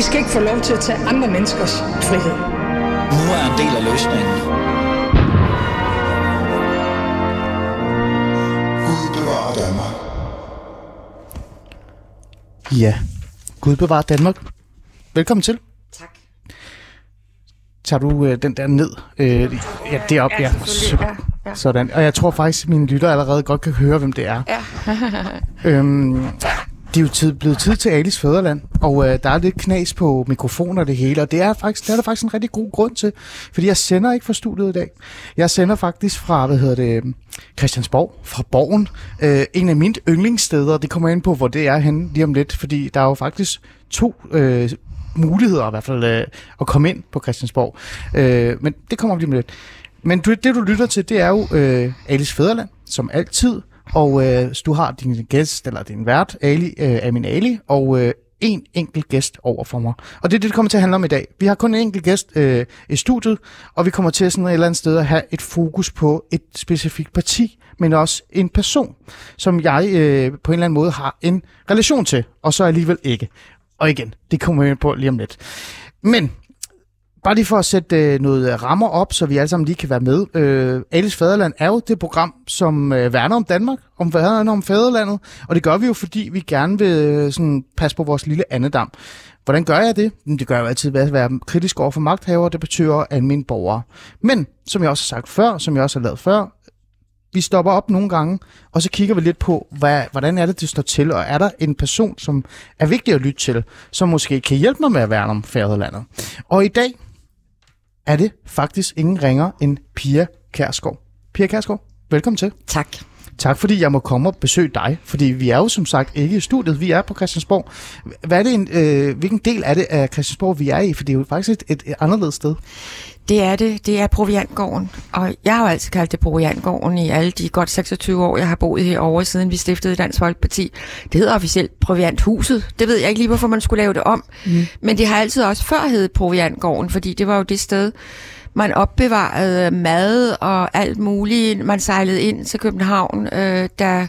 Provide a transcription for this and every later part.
skal ikke få lov til at tage andre menneskers frihed. Nu er en del af løsningen. Gud bevarer Danmark. Ja, Gud bevarer Danmark. Velkommen til. Tak. Tager du den der ned? Ja, det er op, ja. Ja. Sådan. Og jeg tror faktisk, at mine lytter allerede godt kan høre, hvem det er. Ja. Det er jo blevet tid til Alis Fædreland, og der er lidt knas på mikrofoner og det hele, og det er der faktisk en rigtig god grund til, fordi jeg sender ikke fra studiet i dag. Jeg sender faktisk fra, Christiansborg, fra Borgen, en af mine yndlingssteder, det kommer ind på, hvor det er henne lige om lidt, fordi der er jo faktisk to muligheder i hvert fald at komme ind på Christiansborg, men det kommer lige om lidt. Men det du lytter til, det er jo Alis Fædreland, som altid. Og du har din gæst, eller din vært, Amin Ali, og en enkelt gæst over for mig. Og det er det, det kommer til at handle om i dag. Vi har kun en enkelt gæst i studiet, og vi kommer til sådan et eller andet sted at have et fokus på et specifikt parti, men også en person, som jeg på en eller anden måde har en relation til, og så alligevel ikke. Og igen, det kommer vi ind på lige om lidt. Men bare lige for at sætte noget rammer op, så vi alle sammen lige kan være med. Alis Fædreland er jo det program, som værner om Danmark, værner om fædrelandet, og det gør vi jo, fordi vi gerne vil sådan, passe på vores lille andedam. Hvordan gør jeg det? Det gør jeg jo altid ved at være kritisk over for magthavere, det betyder almindelige borgere. Men, som jeg også har sagt før, som jeg også har lavet før, vi stopper op nogle gange, og så kigger vi lidt på, hvordan er det står til, og er der en person, som er vigtig at lytte til, som måske kan hjælpe mig med at værne om fædrelandet. Og i dag er det faktisk ingen ringer end Pia Kjærsgaard. Pia Kjærsgaard, velkommen til. Tak. Tak fordi jeg må komme og besøge dig, fordi vi er jo som sagt ikke i studiet, vi er på Christiansborg. Hvad er det hvilken del er det af Christiansborg, vi er i? For det er jo faktisk et anderledes sted. Det er det. Det er Proviantgården. Og jeg har jo altid kaldt det Proviantgården i alle de godt 26 år, jeg har boet herovre, siden vi stiftede Dansk Folkeparti. Det hedder officielt Provianthuset. Det ved jeg ikke lige, hvorfor man skulle lave det om. Men det har altid også før heddet Proviantgården, fordi det var jo det sted, man opbevarede mad og alt muligt. Man sejlede ind til København, da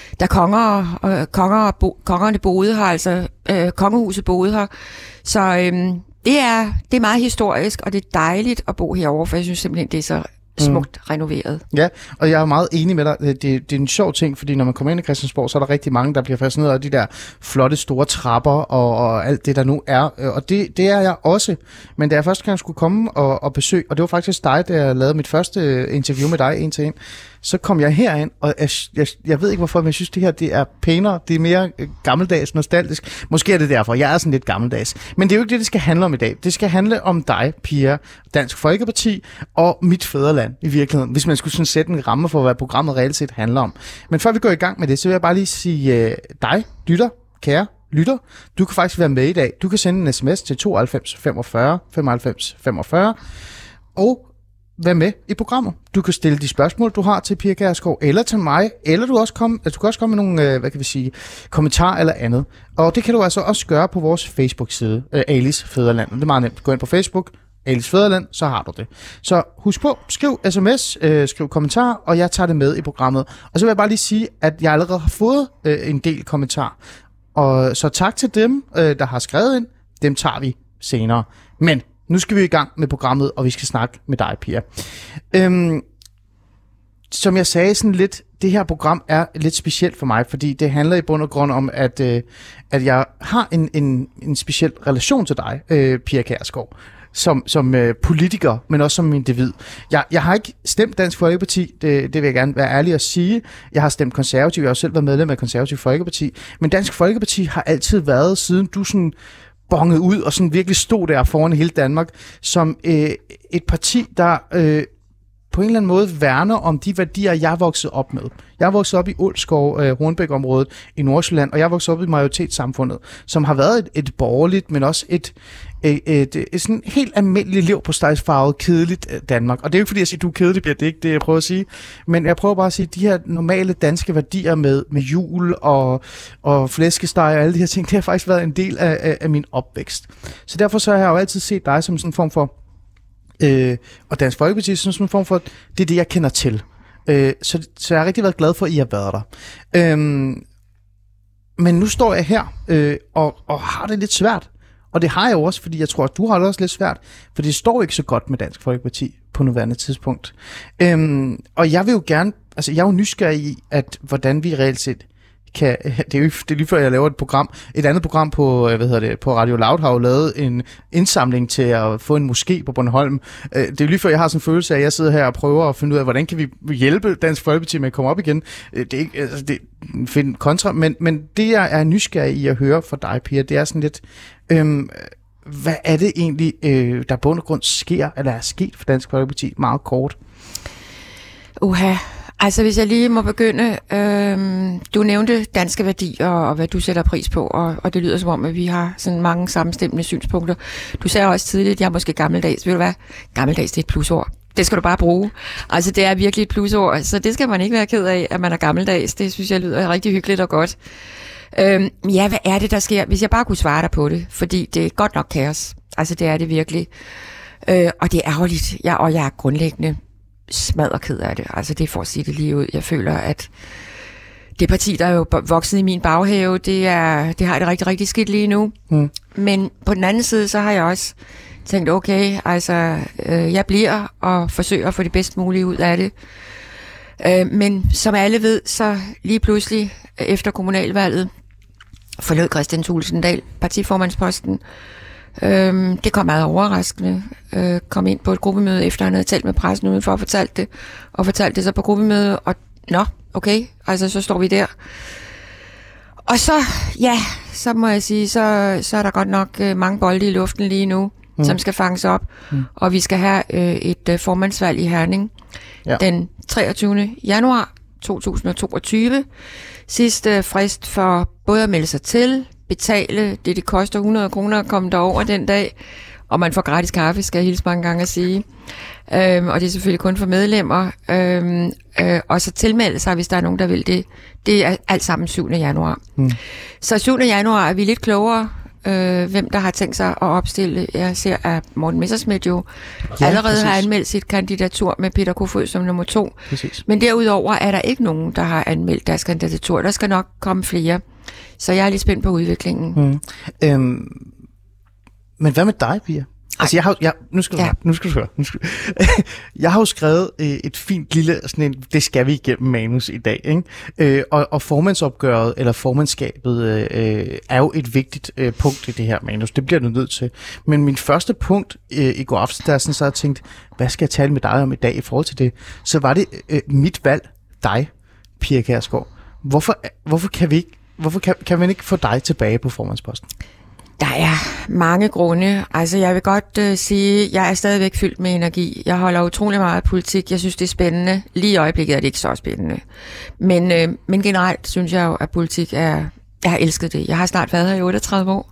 kongerne boede her, altså kongehuset boede her. Så det er meget historisk, og det er dejligt at bo herovre, for jeg synes simpelthen, det er så smukt renoveret. Ja, og jeg er meget enig med dig. Det er en sjov ting, fordi når man kommer ind i Christiansborg, så er der rigtig mange, der bliver fascineret af de der flotte store trapper og alt det, der nu er. Og det er jeg også. Men da jeg første gang skulle komme og besøge, og det var faktisk dig, da jeg lavede mit første interview med dig en til en, så kom jeg herind, og jeg ved ikke hvorfor, men jeg synes, det her det er pænere, det er mere gammeldags, nostalgisk. Måske er det derfor, jeg er sådan lidt gammeldags. Men det er jo ikke det, det skal handle om i dag. Det skal handle om dig, Pia, Dansk Folkeparti og mit fædreland i virkeligheden, hvis man skulle sådan sætte en ramme for, hvad programmet reelt set handler om. Men før vi går i gang med det, så vil jeg bare lige sige dig, kære lytter, du kan faktisk være med i dag. Du kan sende en sms til 92 45 95 45 og vær med i programmet. Du kan stille de spørgsmål, du har til Pia Kjærsgaard, eller til mig, eller du kan også komme med nogle, kommentarer eller andet. Og det kan du altså også gøre på vores Facebook-side, Alis Fædreland. Det er meget nemt. Gå ind på Facebook, Alis Fædreland, så har du det. Så husk på, skriv sms, skriv kommentarer, og jeg tager det med i programmet. Og så vil jeg bare lige sige, at jeg allerede har fået en del kommentarer. Og så tak til dem, der har skrevet ind. Dem tager vi senere. Men nu skal vi i gang med programmet, og vi skal snakke med dig, Pia. Som jeg sagde sådan lidt, det her program er lidt specielt for mig, fordi det handler i bund og grund om, at jeg har en speciel relation til dig, Pia Kjærsgaard, som politiker, men også som individ. Jeg har ikke stemt Dansk Folkeparti, det vil jeg gerne være ærlig at sige. Jeg har stemt konservativ, jeg har selv været medlem af Konservativ Folkeparti, men Dansk Folkeparti har altid været, siden du sådan bonget ud og sådan virkelig stod der foran hele Danmark, som et parti, der på en eller anden måde værner om de værdier, jeg er vokset op med. Jeg er vokset op i Ålskov, Hornbæk-området i Nordsjælland, og jeg er vokset op i majoritetssamfundet, som har været et borgerligt, men også et sådan helt almindeligt liv på stegsfarvet, kedeligt Danmark. Og det er jo ikke fordi, jeg siger, du er kedelig, Bjørn, det er ikke det, jeg prøver at sige. Men jeg prøver bare at sige, de her normale danske værdier med jul og flæskesteg og alle de her ting, det har faktisk været en del af min opvækst. Så derfor så har jeg jo altid set dig som sådan en form for, og Dansk Folkeparti som sådan en form for, det er det, jeg kender til. Så jeg har rigtig været glad for, at I har været der. Men nu står jeg her og har det lidt svært. Og det har jeg også, fordi jeg tror, at du har det også lidt svært, for det står ikke så godt med Dansk Folkeparti på nuværende tidspunkt. Og jeg vil jo gerne, altså jeg er jo nysgerrig i, at hvordan vi reelt set kan, det er lige før jeg laver et andet program på, på Radio Loud har jo lavet en indsamling til at få en moské på Bornholm. Det er lige før jeg har sådan en følelse af, at jeg sidder her og prøver at finde ud af, hvordan kan vi hjælpe Dansk Folkeparti med at komme op igen. Det er ikke, altså det find kontra, men det jeg er nysgerrig i at høre fra dig, Pia, det er sådan lidt, hvad er det egentlig, der bund og grund sker, eller er sket for Dansk Folkeparti, meget kort? Altså hvis jeg lige må begynde, du nævnte danske værdier og hvad du sætter pris på, og det lyder som om, at vi har sådan mange sammenstemmende synspunkter. Du sagde også tidligt, at jeg er måske gammeldags. Ved du hvad? Gammeldags, det er et plusord. Det skal du bare bruge. Altså det er virkelig et plusord, så det skal man ikke være ked af, at man er gammeldags. Det synes jeg lyder rigtig hyggeligt og godt. Ja, hvad er det, der sker? Hvis jeg bare kunne svare dig på det, fordi det er godt nok kaos. Altså det er det virkelig. Og det er ærgerligt, og jeg er grundlæggende smadret af det. Altså det er for at sige det lige ud. Jeg føler, at det parti, der er jo vokset i min baghave, det har det rigtig, rigtig skidt lige nu. Men på den anden side, så har jeg også tænkt, okay, altså jeg bliver og forsøger at få det bedst mulige ud af det. Men som alle ved, så lige pludselig efter kommunalvalget forlod Kristian Thulesen Dahl partiformandsposten. Det kom meget overraskende. Kom ind på et gruppemøde, efter han havde talt med pressen udenfor og fortalte det så på gruppemødet, og okay, altså så står vi der. Og så, ja, så må jeg sige, så er der godt nok mange bolde i luften lige nu, som skal fanges op, og vi skal have et formandsvalg i Herning den 23. januar 2022. Sidste frist for både at melde sig til, betale det koster 100 kroner at komme derover den dag, og man får gratis kaffe, skal jeg hilse mange gange at sige. Og det er selvfølgelig kun for medlemmer. Og så tilmelde sig, hvis der er nogen, der vil det. Det er alt sammen 7. januar. Så 7. januar er vi lidt klogere, hvem der har tænkt sig at opstille. Jeg ser, at Morten Messerschmidt jo allerede har anmeldt sit kandidatur med Peter Kofod som nummer 2. Præcis. Men derudover er der ikke nogen, der har anmeldt deres kandidatur. Der skal nok komme flere. Så jeg er lidt spændt på udviklingen. Men hvad med dig, Pia? Altså, nu skal du høre. Jeg har jo skrevet et fint lille, sådan en, det skal vi igennem manus i dag, ikke? Og formandsopgøret, eller formandskabet, er jo et vigtigt punkt i det her manus. Det bliver du nødt til. Men min første punkt i går aften, der så jeg tænkt, hvad skal jeg tale med dig om i dag i forhold til det? Så var det mit valg, dig, Pia Kjærsgaard. Hvorfor kan man ikke få dig tilbage på formandsposten? Der er mange grunde. Altså, jeg vil godt sige, at jeg er stadigvæk fyldt med energi. Jeg holder utrolig meget af politik. Jeg synes, det er spændende. Lige i øjeblikket er det ikke så spændende. Men generelt synes jeg jo, at politik er... Jeg har elsket det. Jeg har snart været her i 38 år.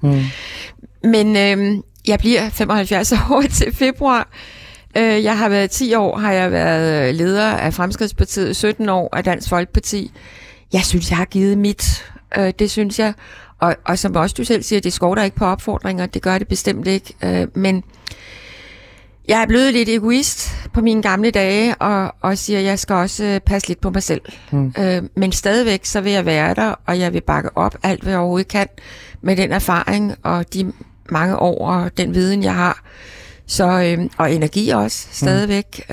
Men jeg bliver 75 år til februar. Jeg har været 10 år, har jeg været leder af Fremskridtspartiet, 17 år af Dansk Folkeparti. Jeg synes, jeg har givet mit. Det synes jeg. Og som også du selv siger, det skorter ikke på opfordringer, det gør det bestemt ikke. Men jeg er blevet lidt egoist på mine gamle dage, og siger, at jeg skal også passe lidt på mig selv. Men stadigvæk, så vil jeg være der, og jeg vil bakke op alt, hvad jeg overhovedet kan, med den erfaring og de mange år og den viden, jeg har. Så, og energi også, stadigvæk.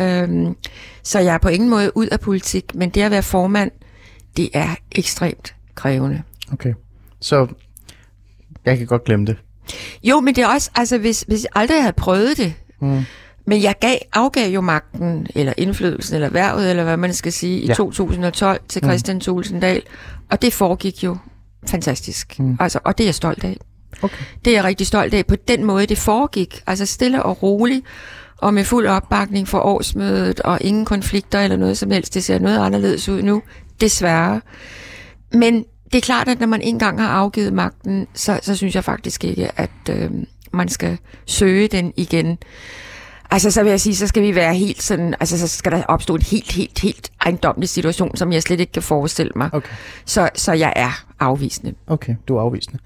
Så jeg er på ingen måde ud af politik, men det at være formand, det er ekstremt krævende. Okay. Så jeg kan godt glemme det. Jo, men det er også, altså hvis jeg aldrig havde prøvet det, men jeg afgav jo magten, eller indflydelsen, eller hvervet, eller hvad man skal sige, i 2012 til Kristian Thulesen Dahl, og det foregik jo fantastisk. Altså, og det er jeg stolt af. Okay. Det er jeg rigtig stolt af på den måde, det foregik. Altså stille og roligt, og med fuld opbakning for årsmødet, og ingen konflikter eller noget som helst. Det ser noget anderledes ud nu, desværre. Men det er klart, at når man engang har afgivet magten, så synes jeg faktisk ikke, at man skal søge den igen. Altså, så vil jeg sige, så skal vi være helt sådan, altså, så skal der opstå en helt ejendommelig situation, som jeg slet ikke kan forestille mig. Okay. Så jeg er afvisende. Okay, du er afvisende.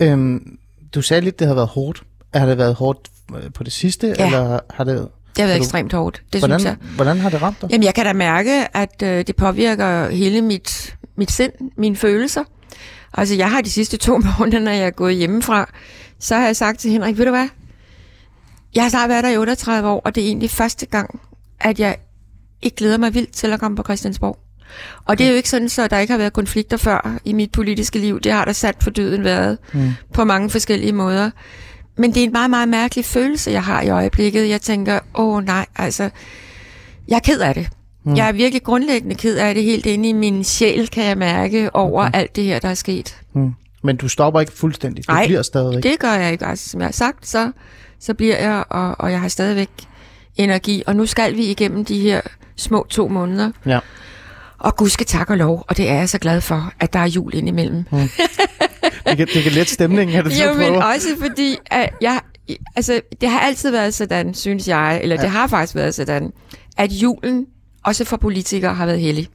Du sagde lidt, det har været hårdt. Har det været hårdt på det sidste, eller har det... Det har været ekstremt hårdt, synes jeg. Hvordan har det ramt dig? Jamen, jeg kan da mærke, at det påvirker hele mit sind, mine følelser. Altså, jeg har de sidste 2 måneder, når jeg er gået hjemmefra, så har jeg sagt til Henrik, ved du hvad? Jeg har snart været der i 38 år, og det er egentlig første gang, at jeg ikke glæder mig vildt til at komme på Christiansborg. Og det er jo ikke sådan, så der ikke har været konflikter før i mit politiske liv. Det har der sat for døden været på mange forskellige måder. Men det er en meget, meget mærkelig følelse, jeg har i øjeblikket. Jeg tænker, nej, altså, jeg er ked af det. Jeg er virkelig grundlæggende ked af det. Helt inde i min sjæl kan jeg mærke over alt det her, der er sket. Men du stopper ikke fuldstændig? Nej, bliver stadigvæk. Det gør jeg ikke. Altså, som jeg har sagt, så bliver jeg, og jeg har stadigvæk energi. Og nu skal vi igennem de her små 2 måneder. Ja. Og Gud skal tak og lov, og det er jeg så glad for, at der er jul indimellem. Det kan lette stemningen, kan du så prøve? Jo, men også fordi, at det har altid været sådan, synes jeg, eller det har faktisk været sådan, at julen, også for politikere, har været hellig.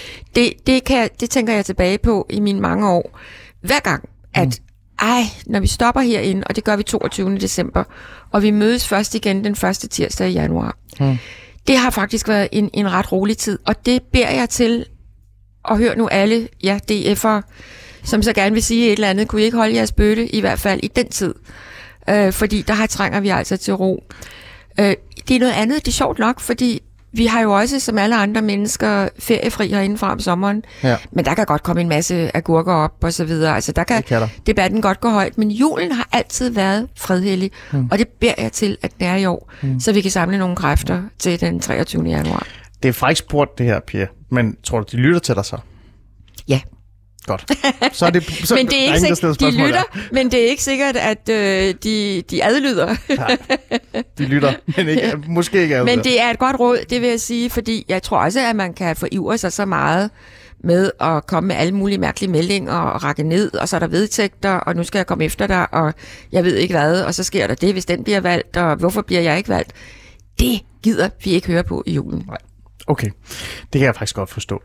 Det tænker jeg tilbage på i mine mange år. Hver gang, at når vi stopper herinde, og det gør vi 22. december, og vi mødes først igen den første tirsdag i januar. Det har faktisk været en ret rolig tid, og det beder jeg til at høre nu alle, DF'er, som så gerne vil sige et eller andet, kunne I ikke holde jeres bøtte, i hvert fald i den tid. Fordi der trænger vi altså til ro. Det er noget andet, det er sjovt nok, fordi vi har jo også, som alle andre mennesker, feriefri herinde fra om sommeren, men der kan godt komme en masse agurker op og så videre. Altså der kan debatten godt gå højt, men julen har altid været fredhellig, og det beder jeg til, at den er i år, så vi kan samle nogle kræfter til den 23. januar. Det er frækt spurgt det her, Pia, men tror du, de lytter til dig så? Ja. Godt. Så er det, men det er ikke sikkert, de lytter, men det er ikke sikkert, at de adlyder. Nej, de lytter, men måske ikke adlyder. Men det er et godt råd, det vil jeg sige, fordi jeg tror også, at man kan forivre sig så meget med at komme med alle mulige mærkelige meldinger og rakke ned, og så er der vedtægter, og nu skal jeg komme efter dig, og jeg ved ikke hvad, og så sker der det, hvis den bliver valgt, og hvorfor bliver jeg ikke valgt? Det gider vi ikke høre på i julen. Nej. Okay, det kan jeg faktisk godt forstå.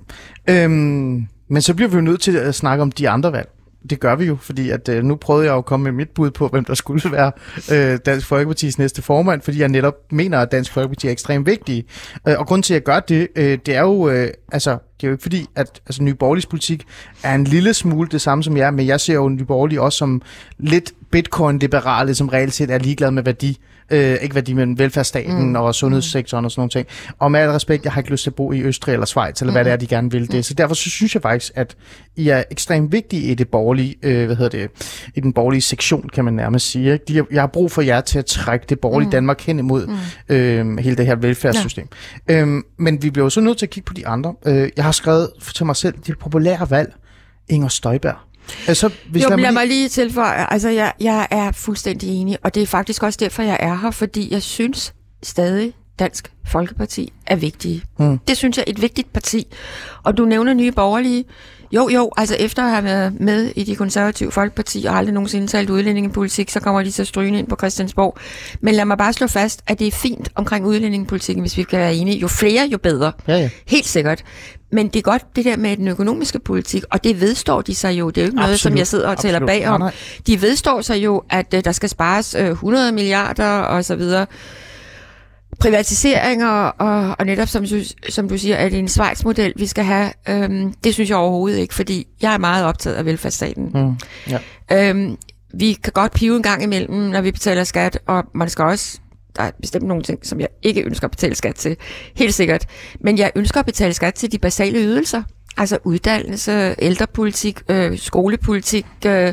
Men så bliver vi jo nødt til at snakke om de andre valg. Det gør vi jo, fordi at nu prøvede jeg jo at komme med mit bud på, hvem der skulle være Dansk Folkepartis næste formand, fordi jeg netop mener, at Dansk Folkeparti er ekstremt vigtige. Og grunden til, at jeg gør det, det er jo, det er jo ikke fordi, at Nye Borgerliges politik er en lille smule det samme som jeg, men jeg ser jo Nye Borgerlige også som lidt bitcoin-liberale, som reelt set er ligeglade med værdi. Ikke værdi, men velfærdsstaten og sundhedssektoren og sådan nogle ting. Og med al respekt, jeg har ikke lyst til at bo i Østrig eller Schweiz, eller hvad det er, de gerne vil det. Så derfor så synes jeg faktisk, at I er ekstremt vigtige i det borgerlige, i den borgerlige sektion, kan man nærmest sige. Jeg har brug for jer til at trække det borgerlige Danmark hen imod hele det her velfærdssystem. Men vi bliver jo så nødt til at kigge på de andre. Jeg har skrevet til mig selv, det populære valg, Inger Støjberg. Altså, lad mig lige tilføje. Altså, jeg er fuldstændig enig, og det er faktisk også derfor, jeg er her, fordi jeg synes stadig, Dansk Folkeparti er vigtige. Det synes jeg er et vigtigt parti. Og du nævner Nye Borgerlige. Jo, altså efter at have været med i de konservative Folkeparti og aldrig nogensinde talt udlændingepolitik, så kommer de til at stryge ind på Christiansborg. Men lad mig bare slå fast, at det er fint omkring udlændingepolitikken, hvis vi kan være enige. Jo flere, jo bedre. Ja. Helt sikkert. Men det er godt det der med den økonomiske politik, og det vedstår de sig jo. Det er jo ikke noget, som jeg sidder og tæller bagom. Nej. De vedstår sig jo, at der skal spares 100 milliarder og så videre. Privatiseringer og netop, som du siger, er det en Schweiz-model, vi skal have. Det synes jeg overhovedet ikke, fordi jeg er meget optaget af velfærdsstaten. Vi kan godt pive en gang imellem, når vi betaler skat, og man skal også, der er bestemt nogle ting, som jeg ikke ønsker at betale skat til, helt sikkert. Men jeg ønsker at betale skat til de basale ydelser, altså uddannelse, ældrepolitik, skolepolitik,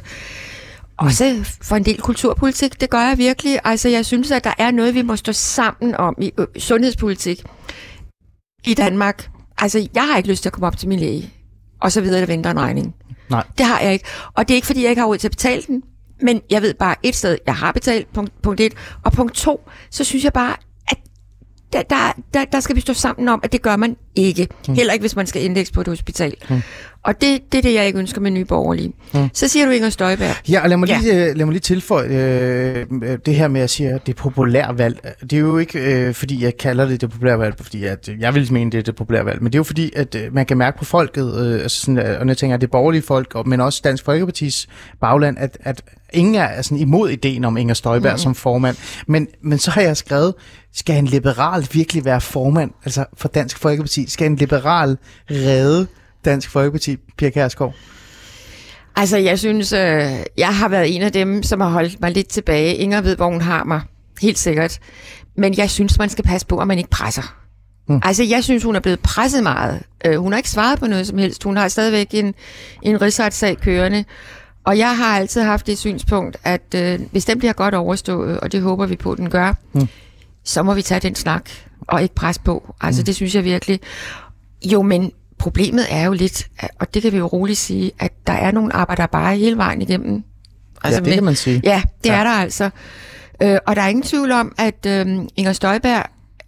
også for en del kulturpolitik, det gør jeg virkelig. Altså, jeg synes, at der er noget, vi må stå sammen om i sundhedspolitik i Danmark. Altså, jeg har ikke lyst til at komme op til min læge, og så videre, der venter en regning. Nej. Det har jeg ikke. Og det er ikke, fordi jeg ikke har råd til at betale den, men jeg ved bare et sted, jeg har betalt, punkt 1. Og punkt 2, så synes jeg bare, at der skal vi stå sammen om, at det gør man ikke. Heller ikke, hvis man skal indlægges på et hospital. Og det er det, jeg ikke ønsker med Nye Borgerlige. Så siger du Inger Støjberg. Ja, og lad mig lige tilføje det her med at sige, at det er populært valg. Det er jo ikke, fordi jeg kalder det populære valg, fordi at jeg vil mene, det er det populære valg. Men det er jo fordi, at man kan mærke på folket, og når jeg tænker, at det er borgerlige folk, men også Dansk Folkepartis bagland, at ingen er sådan imod ideen om Inger Støjberg som formand. Men så har jeg skrevet, skal en liberal virkelig være formand, altså for Dansk Folkeparti? Skal en liberal redde Dansk Folkeparti, Pia Kjærsgaard? Altså, jeg synes, jeg har været en af dem, som har holdt mig lidt tilbage. Inger ved, hvor hun har mig. Helt sikkert. Men jeg synes, man skal passe på, at man ikke presser. Altså, jeg synes, hun er blevet presset meget. Hun har ikke svaret på noget som helst. Hun har stadigvæk en rigsretssag kørende. Og jeg har altid haft det synspunkt, at hvis den bliver godt overstået, og det håber vi på, at den gør, så må vi tage den snak og ikke presse på. Altså, det synes jeg virkelig. Jo, men problemet er jo lidt, og det kan vi jo roligt sige, at der er nogle arbejder bare hele vejen igennem. Altså, ja, det kan man sige. Ja, det er der altså. Og der er ingen tvivl om, at Inger Støjberg,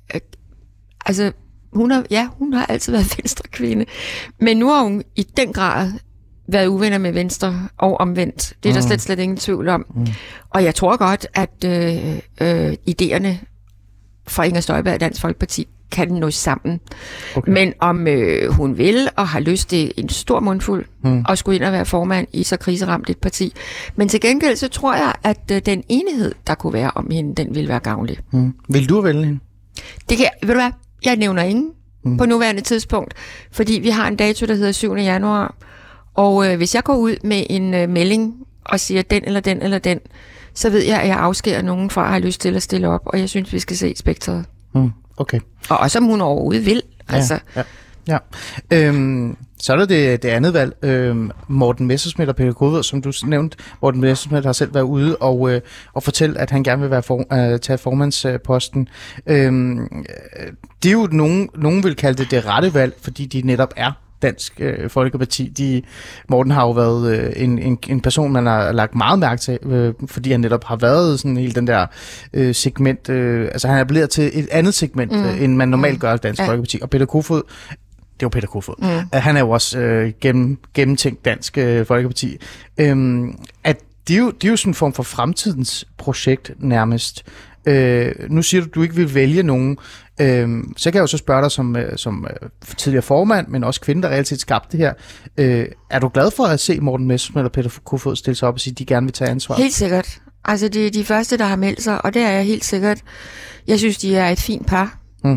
altså, hun har altid været venstrekvinde, men nu har hun i den grad været uvenner med Venstre og omvendt. Det er der slet ingen tvivl om. Og jeg tror godt, at idéerne fra Inger Støjberg og Dansk Folkeparti kan nå sammen. Okay. Men om hun vil og har lyst til en stor mundfuld og skulle ind og være formand i så kriseramt et parti. Men til gengæld så tror jeg, at den enighed, der kunne være om hende, den vil være gavnlig. Vil du vælge hende? Det kan, ved du hvad? Jeg nævner ingen på nuværende tidspunkt, fordi vi har en dato, der hedder 7. januar. Og hvis jeg går ud med en melding og siger den eller den eller den, så ved jeg, at jeg afskærer nogen fra at have lyst til at stille op, og jeg synes, vi skal se spektret. Okay. Og også om hun overhovedet vil. Altså. Ja. Så er der det andet valg. Morten Messerschmidt og Peter Kofod, som du nævnte. Morten Messerschmidt har selv været ude og fortælle, at han gerne vil tage formandsposten. Det er jo nogen vil kalde det rette valg, fordi de netop er Dansk Folkeparti. Morten har jo været en person, man har lagt meget mærke til, fordi han netop har været sådan hele den der segment, altså han er appelleret til et andet segment, end man normalt gør i Dansk Folkeparti. Og Peter Kofod, det er jo Peter Kofod, han er jo også gennemtænkt Dansk Folkeparti. At det er jo sådan en form for fremtidens projekt nærmest. Nu siger du ikke vil vælge nogen. Så kan jeg jo så spørge dig som tidligere formand, men også kvinde, der reelt set skabte det her. Er du glad for at se Morten Messerschmidt og Peter Kofod stille sig op og sige, at de gerne vil tage ansvar? Helt sikkert. Altså det er de første, der har meldt sig, og det er jeg helt sikkert. Jeg synes, de er et fint par.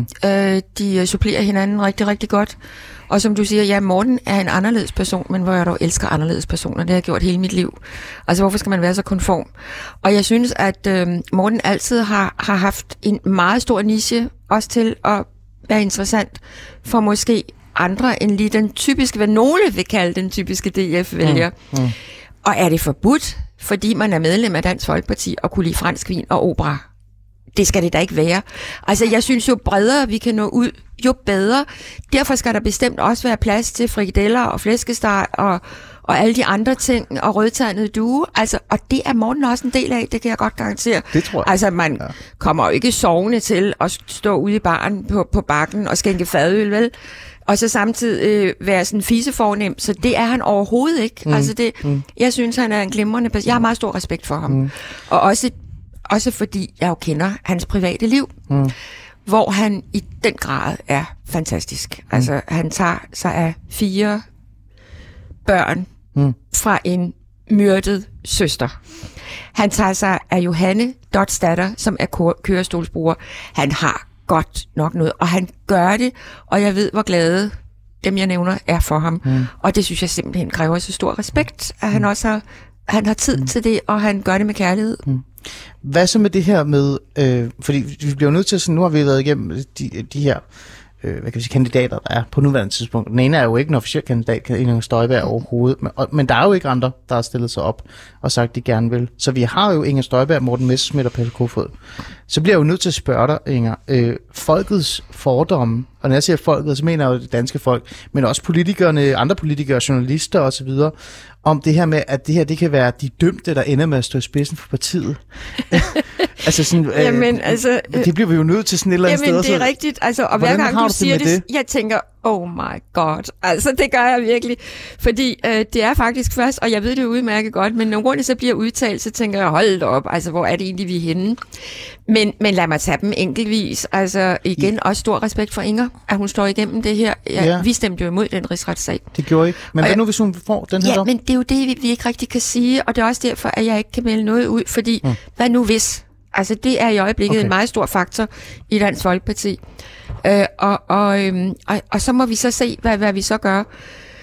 De supplerer hinanden rigtig, rigtig godt. Og som du siger, ja, Morten er en anderledes person, men hvor jeg dog elsker anderledes personer. Det har jeg gjort hele mit liv. Altså, hvorfor skal man være så konform? Og jeg synes, at Morten altid har haft en meget stor niche, også til at være interessant for måske andre end lige den typiske, hvad nogle vil kalde den typiske DF-vælger. Og er det forbudt, fordi man er medlem af Dansk Folkeparti og kunne lide fransk vin og opera? Det skal det da ikke være. Altså, jeg synes, jo bredere vi kan nå ud, jo bedre. Derfor skal der bestemt også være plads til frikadeller og flæskesteg og alle de andre ting, og rødternet due. Altså, og det er Morten også en del af, det kan jeg godt garantere. Det tror jeg. Altså, man kommer jo ikke sovende til at stå ude i baren på bakken og skænke fadøl, vel? Og så samtidig være sådan fisefornem, så det er han overhovedet ikke. Altså, jeg synes, han er en glimrende person. Jeg har meget stor respekt for ham. Og også fordi jeg jo kender hans private liv, hvor han i den grad er fantastisk. Altså, han tager sig af 4 børn fra en myrdet søster. Han tager sig af Johanne Dotsdatter, som er kørestolsbruger. Han har godt nok noget, og han gør det, og jeg ved, hvor glade dem, jeg nævner, er for ham. Og det synes jeg simpelthen kræver så stor respekt, at han også har tid til det, og han gør det med kærlighed. Hvad så med det her med, fordi vi bliver nødt til, sådan, nu har vi været igennem de her hvad kan vi sige, kandidater, der er på nuværende tidspunkt. Den ene er jo ikke en officiel kandidat, Inger Støjberg overhovedet, men der er jo ikke andre, der har stillet sig op og sagt, de gerne vil. Så vi har jo Inger Støjberg, Morten Messerschmidt og Peter Kofod. Så bliver jeg jo nødt til at spørge dig, Inger, folkets fordomme, og når jeg siger folket, så mener jeg jo det danske folk, men også politikerne, andre politikere, journalister osv., om det her med, at det her, det kan være de dømte, der ender med at stå i spidsen for partiet. Altså sådan, jamen, altså, det bliver vi jo nødt til sådan et eller andet sted. Jamen, det er rigtigt. Altså, og hver gang du siger det, jeg tænker, oh my god. Altså, det gør jeg virkelig. Fordi det er faktisk først, og jeg ved det udmærket godt, men nogle gange så bliver udtalt, så tænker jeg, hold da op, altså, hvor er det egentlig, vi er henne? Men lad mig tage dem enkeltvis. Altså, igen, også stor respekt for Inger, at hun står igennem det her. Ja. Vi stemte jo imod den rigsretssag. Det gjorde ikke. Men hvad nu, hvis hun får den her dom? Men det er jo det, vi ikke rigtig kan sige, og det er også derfor, at jeg ikke kan melde noget ud, fordi hvad nu hvis? Altså, det er i øjeblikket en meget stor faktor i Dansk Folkeparti. Og så må vi så se, hvad vi så gør.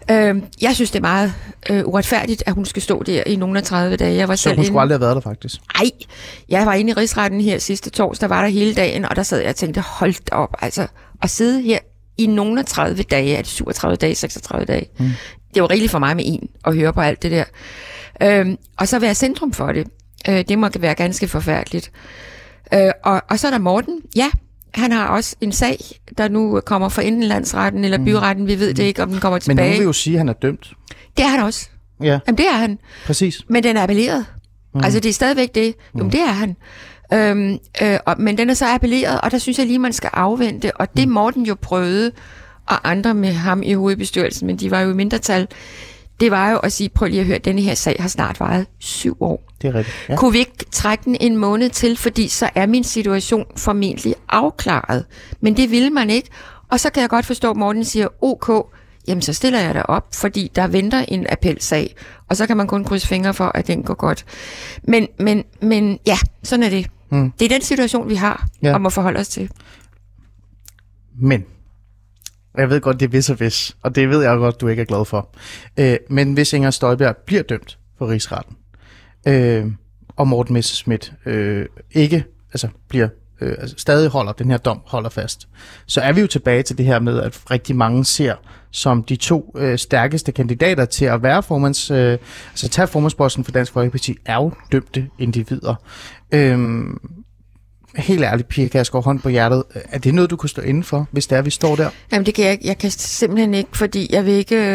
Jeg synes, det er meget uretfærdigt, at hun skal stå der i nogle af 30 dage. Jeg var Så hun skulle aldrig have været der, faktisk? Nej, jeg var inde i Rigsretten her sidste torsdag, var der hele dagen, og der sad jeg og tænkte, hold da op, altså at sidde her i nogle af 30 dage, er det 37 dage, 36 dage. Det var rigeligt for mig med en at høre på alt det der. Og så være centrum for det. Det må være ganske forfærdeligt. Og så er der Morten. Ja, han har også en sag, der nu kommer for Indenlandsretten eller byretten. Vi ved det ikke, om den kommer tilbage. Men hun vil jo sige, at han er dømt. Det er han også. Ja. Jamen, det er han. Præcis. Men den er appelleret. Altså, det er stadigvæk det. Jo, det er han. Men den er så appelleret, og der synes jeg lige, man skal afvente. Og det Morten jo prøvede, og andre med ham i hovedbestyrelsen, men de var jo i mindretal, det var jo at sige, prøv lige at høre, denne her sag har snart varet 7 år. Det er rigtigt. Ja. Kunne vi ikke trække den en måned til, fordi så er min situation formentlig afklaret. Men det ville man ikke. Og så kan jeg godt forstå, at Morten siger, OK, jamen så stiller jeg dig op, fordi der venter en appelsag. Og så kan man kun krydse fingre for, at den går godt. Men ja, sådan er det. Det er den situation, vi har, og må forholde os til. Men jeg ved godt, det er vis og vis, og det ved jeg godt, du ikke er glad for. Men hvis Inger Støjberg bliver dømt for Rigsretten, og Morten Messerschmidt ikke bliver stadig holder, den her dom holder fast, så er vi jo tilbage til det her med, at rigtig mange ser som de 2 stærkeste kandidater til at være tage formandsposten for Dansk Folkeparti, er jo dømte individer. Helt ærligt, Pia Kjærsgaard, hånd på hjertet, er det noget, du kunne stå inden for, hvis det er, vi står der? Jamen, det kan jeg ikke. Jeg kan simpelthen ikke, fordi jeg vil ikke...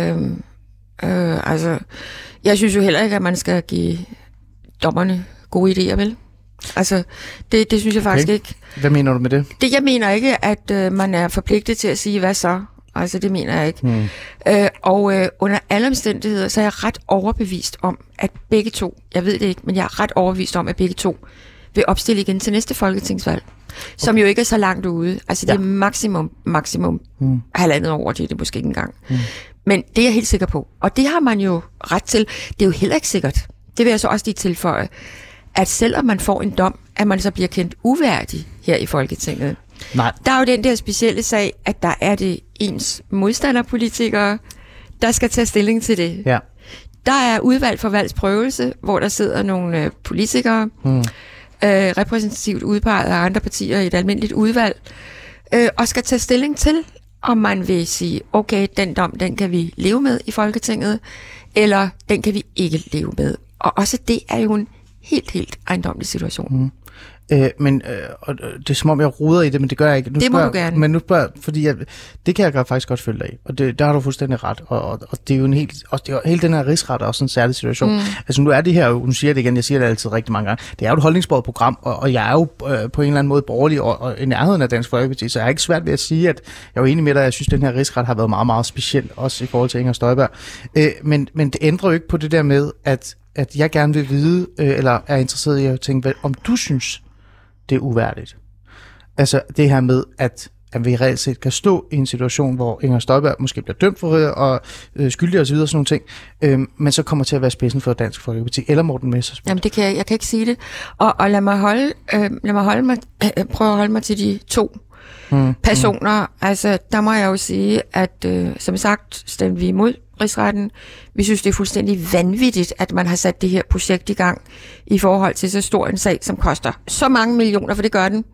jeg synes jo heller ikke, at man skal give dommerne gode idéer, vel? Altså, det synes jeg faktisk ikke. Hvad mener du med det? Jeg mener ikke, at man er forpligtet til at sige, hvad så? Altså, det mener jeg ikke. Under alle omstændigheder, så er jeg ret overbevist om, at begge to, jeg ved det ikke, men jeg er ret overbevist om, at begge to vil opstille igen til næste folketingsvalg, som jo ikke er så langt ude. Altså, det er maksimum 1,5 år, det er det måske ikke engang. Men det er jeg helt sikker på. Og det har man jo ret til. Det er jo heller ikke sikkert. Det vil jeg så også lige tilføje, at selvom man får en dom, at man så bliver kendt uværdig her i Folketinget. Nej. Der er jo den der specielle sag, at der er det ens modstanderpolitikere, der skal tage stilling til det. Ja. Der er udvalg for valgsprøvelse, hvor der sidder nogle politikere, repræsentativt udpeget af andre partier i et almindeligt udvalg, og skal tage stilling til, om man vil sige, okay, den dom, den kan vi leve med i Folketinget, eller den kan vi ikke leve med. Og også det er jo en helt ejendommelig situation. Men det er som om, jeg roder i det, men det gør jeg ikke. Det må du gerne. Men nu spørger fordi det kan jeg faktisk godt følge dig af, og der har du fuldstændig ret. Og det er jo hele den her rigsret er også en særlig situation. Altså nu er det her, nu siger jeg det igen, jeg siger det altid rigtig mange gange, det er jo et holdningsbåret program, og jeg er jo på en eller anden måde borgerlig og i nærheden af Dansk Folkeparti, så jeg er ikke svært ved at sige, at jeg er jo enig med dig, jeg synes, at den her rigsret har været meget, meget speciel, også i forhold til Inger Støjberg. Men det ændrer jo ikke på det der med, at jeg gerne vil vide, eller er interesseret i at tænke, om du synes, det er uværdigt. Altså det her med, at vi reelt set kan stå i en situation, hvor Inger Støjberg måske bliver dømt for og skyldig og så videre, sådan nogle ting, men så kommer til at være spidsen for Dansk Folkeparti eller Morten Messerschmidt. Jamen det kan jeg kan ikke sige det. Og lad mig prøve at holde mig til de 2 personer. Altså der må jeg jo sige, at som sagt stemte vi imod Rigsretten. Vi synes, det er fuldstændig vanvittigt, at man har sat det her projekt i gang i forhold til så stor en sag, som koster så mange millioner, for det gør den.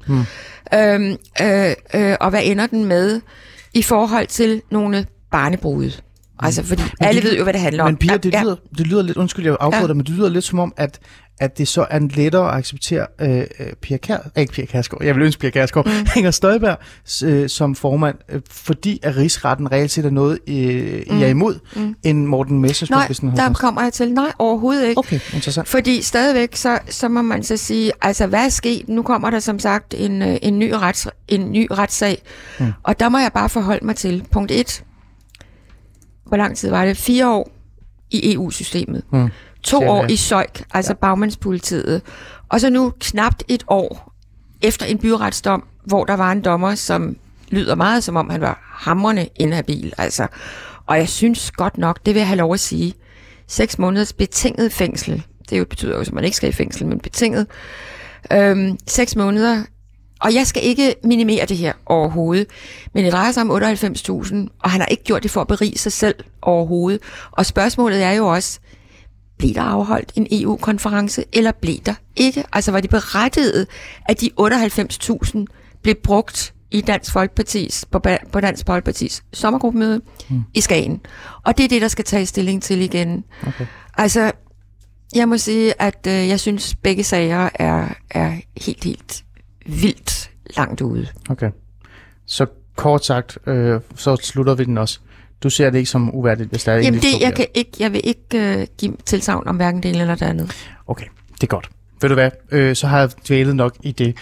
Og hvad ender den med i forhold til nogle barnebrud? Altså, fordi alle ved jo, hvad det handler om. Men Pia, det lyder lidt, undskyld, jeg afbryder dig, men det lyder lidt som om, at det så er lettere at acceptere Pia Kjærsgaard, jeg vil ønske Pia Kjærsgaard, Inger Støjberg som formand, fordi at rigsretten reelt set er noget, I er imod, end Morten Messerschmidt. Nej, der kommer jeg til. Nej, overhovedet ikke. Okay, interessant. Fordi stadigvæk, så må man så sige, altså hvad er sket? Nu kommer der som sagt en ny retssag, og der må jeg bare forholde mig til. Punkt 1. Hvor lang tid var det? 4 år i EU-systemet. 2 år i SØIK, altså bagmandspolitiet. Og så nu knapt 1 år efter en byretsdom, hvor der var en dommer, som lyder meget som om, han var hamrende inhabil. Altså. Og jeg synes godt nok, det vil jeg have lov at sige, 6 måneders betinget fængsel. Det betyder jo, at man ikke skal i fængsel, men betinget. 6 måneder Og jeg skal ikke minimere det her overhovedet, men det drejer sig om 98.000, og han har ikke gjort det for at berige sig selv overhovedet. Og spørgsmålet er jo også, blev der afholdt en EU-konference, eller blev der ikke? Altså var det berettiget, at de 98.000 blev brugt i Dansk Folkepartis, på Dansk Folkepartis sommergruppemøde i Skagen. Og det er det, der skal tages stilling til igen. Okay. Altså, jeg må sige, at jeg synes, begge sager er helt vildt langt ude. Okay. Så kort sagt, så slutter vi den også. Du ser det ikke som uværdigt, hvis der er Jamen jeg vil ikke give tilsagn om hverken det ene eller det andet. Okay, det er godt. Ved du hvad, så har jeg dvælet nok i det.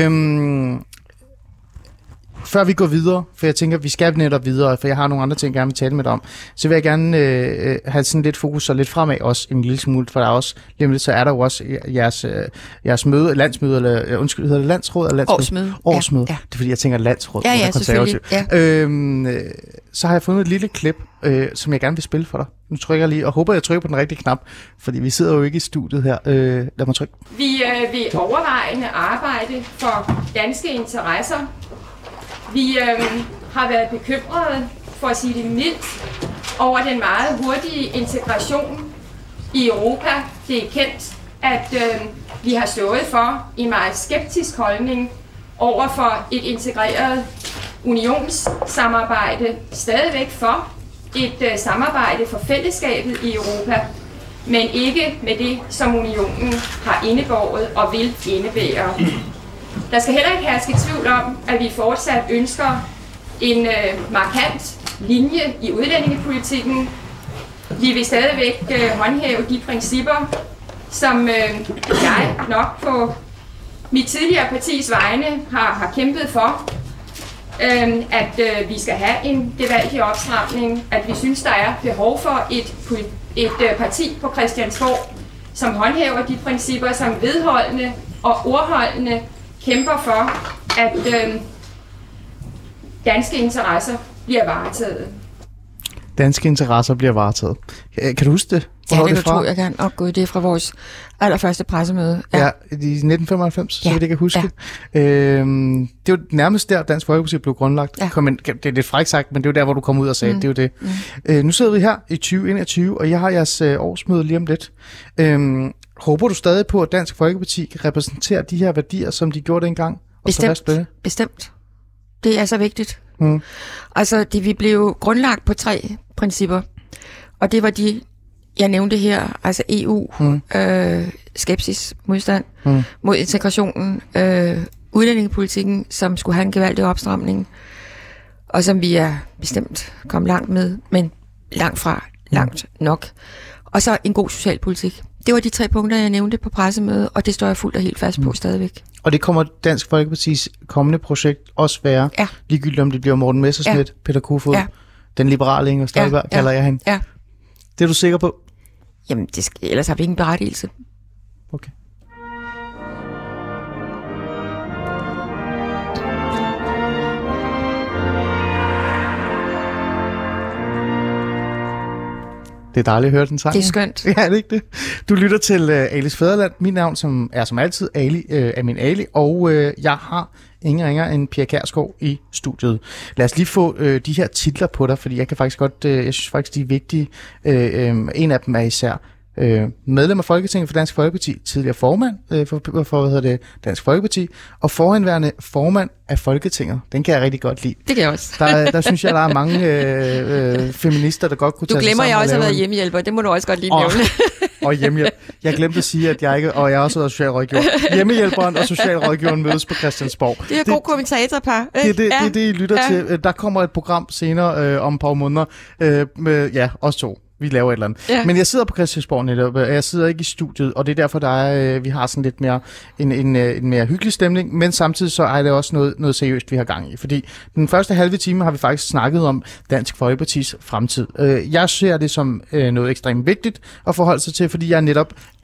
Før vi går videre, for jeg tænker, at vi skal netop videre, for jeg har nogle andre ting, jeg gerne vil tale med dig om, så vil jeg gerne have sådan lidt fokus og lidt fremad også en lille smule, for der er også, lidt, så er der jo også jeres møde, landsmøde, eller undskyld, hedder det landsråd? Eller landsmøde. Årsmøde. Ja. Det er fordi, jeg tænker landsråd. Ja, selvfølgelig. Ja. Så har jeg fundet et lille klip, som jeg gerne vil spille for dig. Nu trykker jeg lige, og håber, jeg trykker på den rigtige knap, fordi vi sidder jo ikke i studiet her. Lad mig trykke. Vi vil overvejende arbejde for danske interesser. Vi har været bekymrede, for at sige det mildt, over den meget hurtige integration i Europa. Det er kendt, at vi har stået for en meget skeptisk holdning over for et integreret unionssamarbejde, stadigvæk for et samarbejde for fællesskabet i Europa, men ikke med det, som unionen har indebåret og vil indebære. Der skal heller ikke herske tvivl om, at vi fortsat ønsker en markant linje i udlændingepolitikken. Vi vil stadigvæk håndhæve de principper, som jeg nok på mit tidligere partis vegne har kæmpet for. At vi skal have en gevaldig opstramning, at vi synes, der er behov for et parti på Christiansborg, som håndhæver de principper, som vedholdende og ordholdende kæmper for, at danske interesser bliver varetaget. Danske interesser bliver varetaget. Kan du huske det? Ja, det tror jeg kan. Gud, det er fra vores allerførste pressemøde. Ja, i 1995, så vidt jeg kan huske. Ja. Det var nærmest der, Dansk Folkeparti blev grundlagt. Ja. Det er lidt frækt sagt, men det er jo der, hvor du kom ud og sagde, det er jo det. Nu sidder vi her i 2021, og jeg har jeres årsmøde lige om lidt. Håber du stadig på, at Dansk Folkeparti kan repræsentere de her værdier, som de gjorde dengang? Bestemt. Det er så vigtigt. Altså, vi blev grundlagt på 3 principper, og det var de, jeg nævnte her, altså EU, skepsis, modstand mod integrationen, udlændingepolitikken, som skulle have en gevaldig opstramning, og som vi er bestemt kommet langt med, men langt nok. Og så en god socialpolitik. Det var de 3 punkter, jeg nævnte på pressemødet, og det står jeg fuldt og helt fast på stadigvæk. Og det kommer Dansk Folkepartis kommende projekt også være, ligegyldigt om det bliver Morten Messerschmidt, Peter Kofod, den liberale Inger Støjberg, kalder jeg hende. Ja. Det er du sikker på? Jamen, ellers har vi ingen berettigelse. Okay. Det er dejligt at høre den sang. Det er skønt. Ja, det er ikke det. Du lytter til Alis Fædreland. Mit navn er som altid Amin Ali, og jeg har ingen ringer end Pia Kjærsgaard i studiet. Lad os lige få de her titler på dig, fordi jeg synes faktisk, de er vigtige. En af dem er især medlem af Folketinget for Dansk Folkeparti, tidligere formand for Dansk Folkeparti, og forhenværende formand af Folketinget. Den kan jeg rigtig godt lide. Det kan jeg også. Der synes jeg, der er mange feminister, der godt kunne tage sig sammen. Du glemmer, jeg også har været hjemmehjælper. Det må du også godt lige nævne. Og hjemmehjælp. Jeg glemte at sige, at jeg ikke, og jeg har også været socialrådgiver. Hjemmehjælperen og socialrådgiveren mødes på Christiansborg. Det er god kommentatorpar. Det er det, I lytter til. Der kommer et program senere om et par måneder med os 2. Vi laver et eller andet. Ja. Men jeg sidder på Christiansborg netop, og jeg sidder ikke i studiet, og det er derfor, vi har sådan lidt mere en mere hyggelig stemning, men samtidig så er det også noget seriøst, vi har gang i. Fordi den første halve time har vi faktisk snakket om Dansk Folkepartis fremtid. Jeg ser det som noget ekstremt vigtigt at forholde sig til, fordi jeg netop er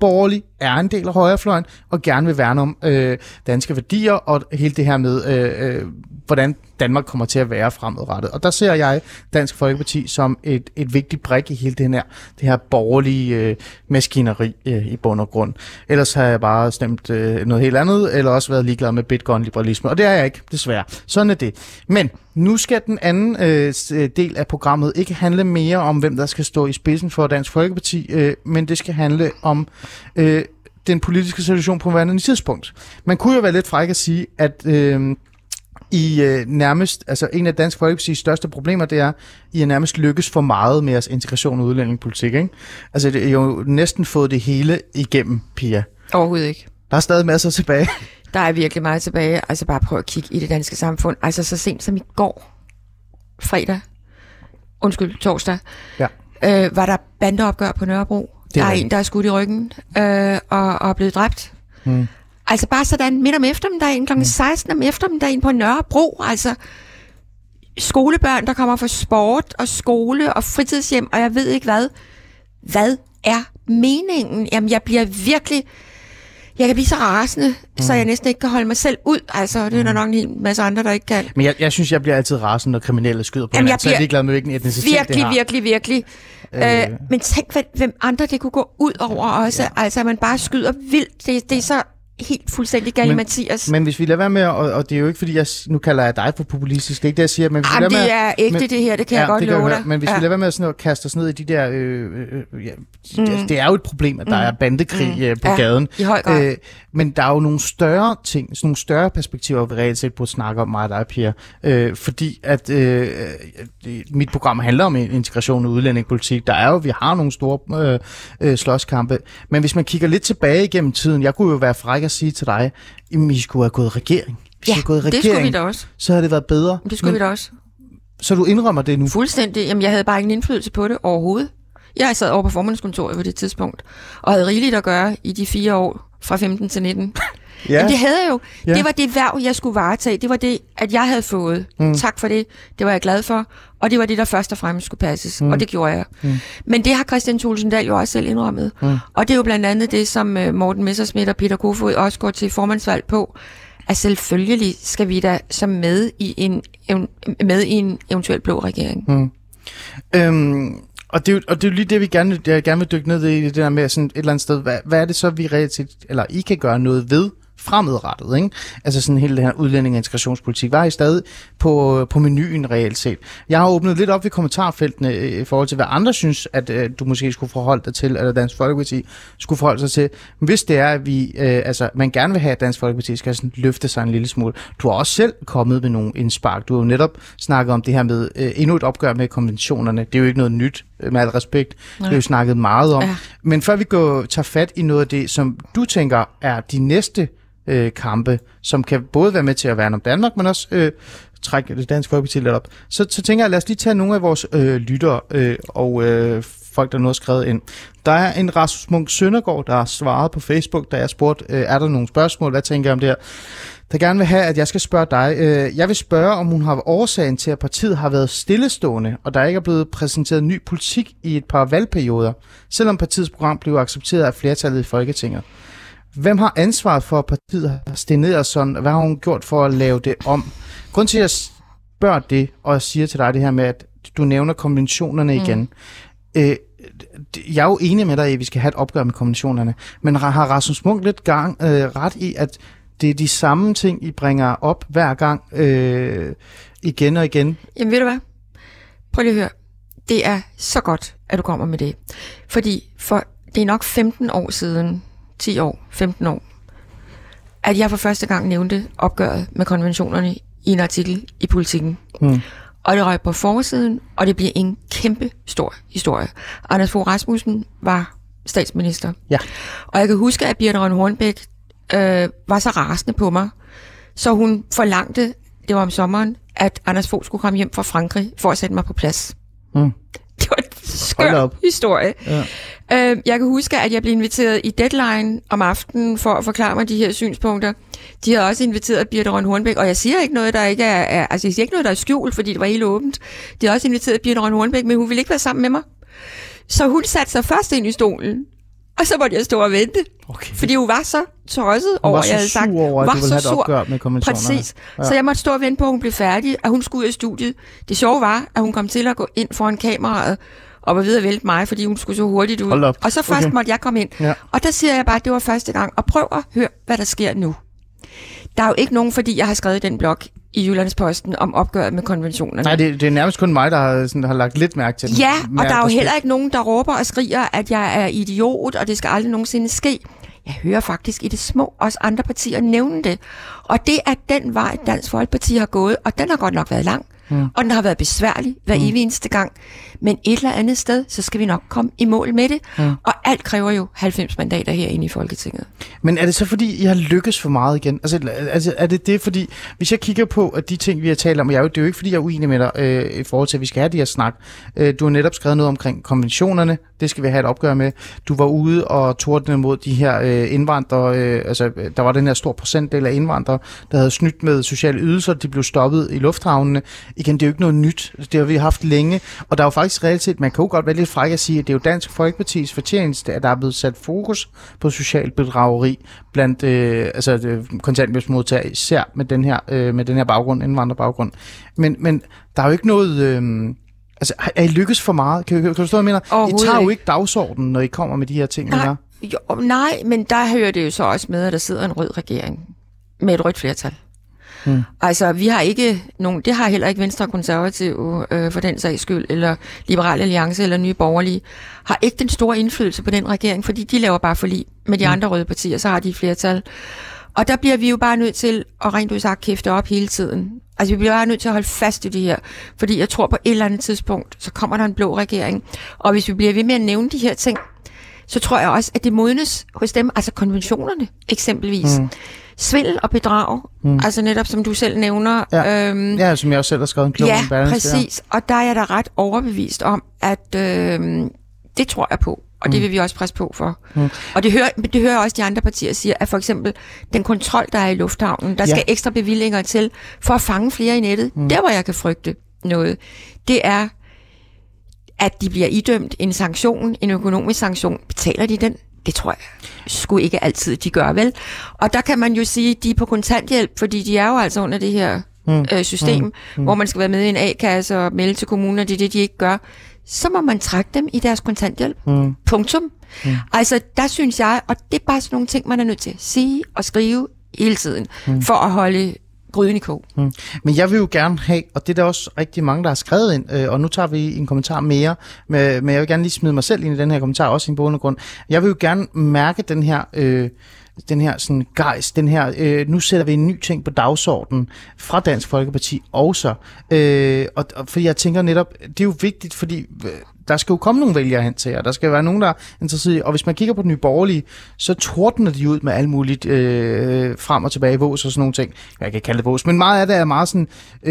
borgerlig, er en del af højrefløjen, og gerne vil værne om danske værdier, og hele det her med, hvordan Danmark kommer til at være fremadrettet. Og der ser jeg Dansk Folkeparti som et vigtigt brik i hele det her borgerlige maskineri i bund og grund. Ellers har jeg bare stemt noget helt andet, eller også været ligeglad med bitcoin-liberalisme, og det er jeg ikke, desværre. Sådan er det. Men nu skal den anden del af programmet ikke handle mere om, hvem der skal stå i spidsen for Dansk Folkeparti, men det skal handle om den politiske situation på nuværende tidspunkt. Man kunne jo være lidt fræk at sige, at nærmest, altså en af Dansk Folkepartis største problemer, det er, I er nærmest lykkes for meget med jeres integration og udlændingepolitik, ikke? Altså, det er jo næsten fået det hele igennem, Pia. Overhovedet ikke. Der er stadig masser tilbage. Der er virkelig meget tilbage. Altså, bare prøv at kigge i det danske samfund. Altså, så sent som i går, torsdag, ja. Var der bandeopgør på Nørrebro. Der er en, der er skudt i ryggen og er blevet dræbt. Altså bare sådan midt om eftermiddagen, kl. 16 om eftermiddagen på Nørrebro. Altså skolebørn, der kommer fra sport og skole og fritidshjem, og jeg ved ikke hvad. Hvad er meningen? Jamen jeg kan blive så rasende, så jeg næsten ikke kan holde mig selv ud. Altså, det er der nok en hel masse andre, der ikke kan. Men jeg synes, jeg bliver altid rasende, når kriminelle skyder på hinanden, så jeg er ligeglad med, hvilken etnicitet det har. Virkelig. Men tænk, hvem andre det kunne gå ud over også. Ja. Altså, at man bare skyder vildt. Det er så helt fuldstændig galt, Mathias. Men hvis vi lader være med, og det er jo ikke, fordi nu kalder jeg dig for populistisk, det er ikke det, jeg siger. Men hvis det er ægte det her, det kan jeg godt love dig. Men hvis vi lader være med sådan at kaste os ned i de der... det er jo et problem, at der er bandekrig på gaden. I høj grad. Men der er jo nogle større ting, sådan nogle større perspektiver, vi reelt set burde snakke om mig og dig, Pia. Fordi at mit program handler om integration og udlændingepolitik. Vi har nogle store slåskampe. Men hvis man kigger lidt tilbage igennem tiden, jeg kunne jo være fræk at sige til dig, at I skulle have gået i regering. Det skulle vi da også. Så havde det været bedre. Det skulle vi da også. Så du indrømmer det nu? Fuldstændig. Jamen, jeg havde bare ingen indflydelse på det overhovedet. Jeg sad over på formandskontoret på det tidspunkt, og havde rigeligt at gøre i de 4 år, fra 15 til 19. Ja. Jamen, det havde jeg jo. Ja. Det var det hverv, jeg skulle varetage. Det var det, at jeg havde fået. Tak for det. Det var jeg glad for. Og det var det, der først og fremmest skulle passes. Og det gjorde jeg. Men det har Kristian Thulesen Dahl jo også selv indrømmet. Og det er jo blandt andet det, som Morten Messerschmidt og Peter Kofod også går til formandsvalg på. At selvfølgelig skal vi da som med i en eventuel blå regering. Og det er jo lige det, jeg gerne vil dykke ned i, det der med sådan et eller andet sted. Hvad er det så, vi reelt set, eller I kan gøre noget ved fremadrettet, ikke? Altså sådan hele den her udlænding- og integrationspolitik. Hvad er I stadig på menuen reelt set? Jeg har åbnet lidt op ved kommentarfeltene i forhold til, hvad andre synes, at du måske skulle forholde dig til, eller Dansk Folkeparti skulle forholde sig til. Men hvis det er, at vi, man gerne vil have, at Dansk Folkeparti skal sådan løfte sig en lille smule. Du har også selv kommet med nogle indspark. Du har jo netop snakket om det her med endnu et opgør med konventionerne. Det er jo ikke noget nyt, med al respekt. Det er jo snakket meget om. Ja. Men før vi tager fat i noget af det, som du tænker er de næste kampe, som kan både være med til at værne om Danmark, men også trække det Dansk Folkeparti lidt op. Så tænker jeg, lad os lige tage nogle af vores lyttere og folk, der nu har skrevet ind. Der er en Rasmus Munk Søndergaard, der har svaret på Facebook, da jeg spurgte, er der nogle spørgsmål? Hvad tænker jeg om det her? Der gerne vil have, at jeg skal spørge dig. Jeg vil spørge, om hun har årsagen til, at partiet har været stillestående, og der ikke er blevet præsenteret ny politik i et par valgperioder, selvom partiets program blev accepteret af flertallet i Folketinget. Hvem har ansvaret for, at partiet har stillet sådan? Hvad har hun gjort for at lave det om? Grunden til, at jeg spørger det, og jeg siger til dig det her med, at du nævner konventionerne igen. Jeg er jo enig med dig i, at vi skal have et opgør med konventionerne, men har Rasmus Munk lidt ret i, at det er de samme ting, I bringer op hver gang igen og igen? Jamen ved du hvad? Prøv lige at høre. Det er så godt, at du kommer med det. Fordi det er nok 15 år siden, 10 år, 15 år, at jeg for første gang nævnte opgøret med konventionerne i en artikel i Politikken. Og det røg på forsiden, og det bliver en kæmpe stor historie. Anders Fogh Rasmussen var statsminister. Ja. Og jeg kan huske, at Birthe Rønn Hornbech var så rasende på mig, så hun forlangte, det var om sommeren, at Anders Fogh skulle komme hjem fra Frankrig for at sætte mig på plads. Det var en skør historie. Ja. Jeg kan huske, at jeg blev inviteret i Deadline om aftenen for at forklare mig de her synspunkter. De havde også inviteret Birthe Rønn Hornbech, og jeg siger ikke noget, der ikke er altså jeg siger ikke noget, der er skjult, fordi det var helt åbent. De havde også inviteret Birthe Rønn Hornbech, men hun ville ikke være sammen med mig. Så hun satte sig først ind i stolen, Og så måtte jeg stå og vente, fordi hun var så tosset over, jeg havde sagt. Hun var så sur over, at du ville have et opgør med konventionerne. Præcis. Ja. Så jeg måtte stå og vente på, at hun blev færdig, at hun skulle ud af studiet. Det sjove var, at hun kom til at gå ind foran kameraet, og var ved at vælte mig, fordi hun skulle så hurtigt ud. Og så først måtte jeg komme ind. Ja. Og der siger jeg bare, at det var første gang. Og prøv at høre, hvad der sker nu. Der er jo ikke nogen, fordi jeg har skrevet den blog i Jyllandsposten om opgøret med konventionerne. Nej, det er nærmest kun mig, der har lagt lidt mærke til den. Ja, og der er jo heller ikke nogen, der råber og skriger, at jeg er idiot, og det skal aldrig nogensinde ske. Jeg hører faktisk i det små også andre partier nævne det. Og det er den vej, Dansk Folkeparti har gået, og den har godt nok været lang. Og den har været besværlig hver evig eneste gang. Men et eller andet sted, så skal vi nok komme i mål med det. Og alt kræver jo 90 mandater herinde i Folketinget. Men er det så, fordi I har lykkes for meget igen? Altså er det, fordi hvis jeg kigger på at de ting, vi har talt om, det er jo ikke, fordi jeg er uenig med dig i forhold til, at vi skal have de her snak. Du har netop skrevet noget omkring konventionerne. Det skal vi have et opgør med. Du var ude og tordnede mod de her indvandrere. Der var den her stor procentdel af indvandrere, der havde snydt med sociale ydelser. De blev stoppet i lufthavnene. Igen, det er jo ikke noget nyt. Det har vi haft længe. Og der er jo faktisk reelt set, man kan jo godt være lidt fræk at sige, at det er jo Dansk Folkepartis fortjeneste, at der er blevet sat fokus på social bedrageri blandt kontanthjælpsmodtagere, især med den her baggrund, indvandrerbaggrund. Men der er jo ikke noget... er I lykkes for meget? Kan du forstå, hvad jeg mener? I tager jo ikke dagsordenen, når I kommer med de her ting. Nej, men der hører det jo så også med, at der sidder en rød regering med et rødt flertal. Altså, vi har ikke nogen, det har heller ikke Venstre og Konservative for den sags skyld, eller Liberal Alliance eller Nye Borgerlige, har ikke den store indflydelse på den regering, fordi de laver bare forlig med de andre røde partier, så har de et flertal. Og der bliver vi jo bare nødt til at rent ud sagt kæfte op hele tiden. Altså, vi bliver bare nødt til at holde fast i det her, fordi jeg tror på et eller andet tidspunkt, så kommer der en blå regering, og hvis vi bliver ved med at nævne de her ting, så tror jeg også, at det modnes hos dem, altså konventionerne eksempelvis. Svindel og bedrag, altså netop som du selv nævner. Ja, som jeg også selv har skrevet en klog om balance. Ja, præcis. Og der er jeg da ret overbevist om, at det tror jeg på, og det vil vi også presse på for. Og det hører også de andre partier siger, at for eksempel den kontrol, der er i lufthavnen, der skal ekstra bevillinger til for at fange flere i nettet. Der, hvor jeg kan frygte noget, det er, at de bliver idømt en sanktion, en økonomisk sanktion. Betaler de den? Det tror jeg sgu ikke altid, de gør, vel? Og der kan man jo sige, at de er på kontanthjælp, fordi de er jo altså under det her system, hvor man skal være med i en A-kasse og melde til kommunen, og det er det, de ikke gør. Så må man trække dem i deres kontanthjælp. Punktum. Altså, der synes jeg, og det er bare sådan nogle ting, man er nødt til at sige og skrive hele tiden, for at holde gryden i kog. Men jeg vil jo gerne have, og det er der også rigtig mange, der har skrevet ind, og nu tager vi en kommentar mere, men jeg vil gerne lige smide mig selv ind i den her kommentar, også i en bundgrund. Jeg vil jo gerne mærke den her sådan gejst, nu sætter vi en ny ting på dagsordenen fra Dansk Folkeparti også. Og fordi jeg tænker netop, det er jo vigtigt, fordi der skal jo komme nogle vælgere hen til jer. Der skal være nogen, der er interesseret i, og hvis man kigger på den Nye Borgerlige, så tordner de ud med alt muligt frem og tilbage, vås og sådan nogle ting. Jeg kan kalde det vås, men meget af det er meget sådan,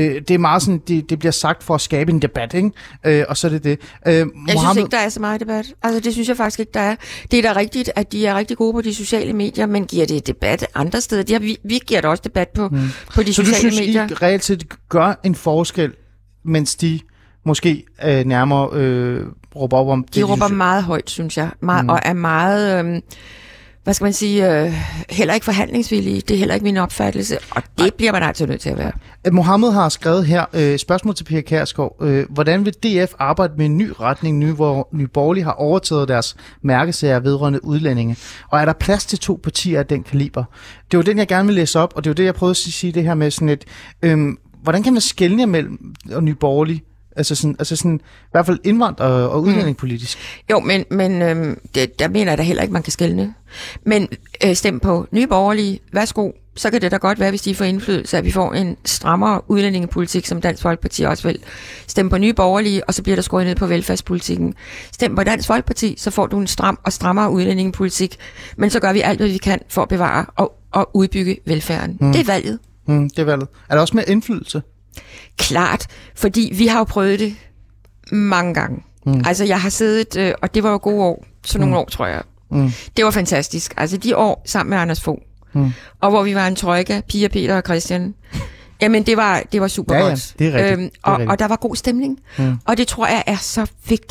det bliver sagt for at skabe en debat, ikke? Og så er det. Jeg synes ikke, der er så meget debat. Altså, det synes jeg faktisk ikke, der er. Det er da rigtigt, at de er rigtig gode på de sociale medier, men giver det debat andre steder? Vi giver da også debat på de sociale medier. Så du synes, I reelt set gør en forskel, mens de måske nærmere råber op om det? De råber meget højt, synes jeg. Og er meget, hvad skal man sige, heller ikke forhandlingsvillige. Det er heller ikke min opfattelse, og det bliver man altid nødt til at være. Mohammed har skrevet her, spørgsmål til Pia Kjærsgaard. Hvordan vil DF arbejde med en ny retning, nu hvor Nye Borgerlige har overtaget deres mærkesager vedrørende udlændinge? Og er der plads til 2 partier af den kaliber? Det var den, jeg gerne vil læse op, og det var det, jeg prøvede at sige det her med sådan et... hvordan kan man skelne mellem Nye Borgerlige? Altså sådan, i hvert fald indvandrer og udlændingepolitisk. Jo, men der mener jeg da heller ikke, man kan skelne. Men stem på Nye Borgerlige, værsgo, så kan det da godt være, hvis de får indflydelse, at vi får en strammere udlændingepolitik, som Dansk Folkeparti også vil. Stem på Nye Borgerlige, og så bliver der skåret ned på velfærdspolitikken. Stem på Dansk Folkeparti, så får du en stram og strammere udlændingepolitik, men så gør vi alt, hvad vi kan for at bevare og udbygge velfærden. Det er valget. Det er valget. Er der også mere indflydelse? Klart, fordi vi har jo prøvet det mange gange. Altså, jeg har siddet, og det var jo gode år, så nogle år, tror jeg. Det var fantastisk. Altså, de år sammen med Anders Fogh, og hvor vi var en trojka, Pia, Peter og Christian. Jamen, det var super godt. Det er rigtigt. Og der var god stemning. Og det tror jeg er så vigtigt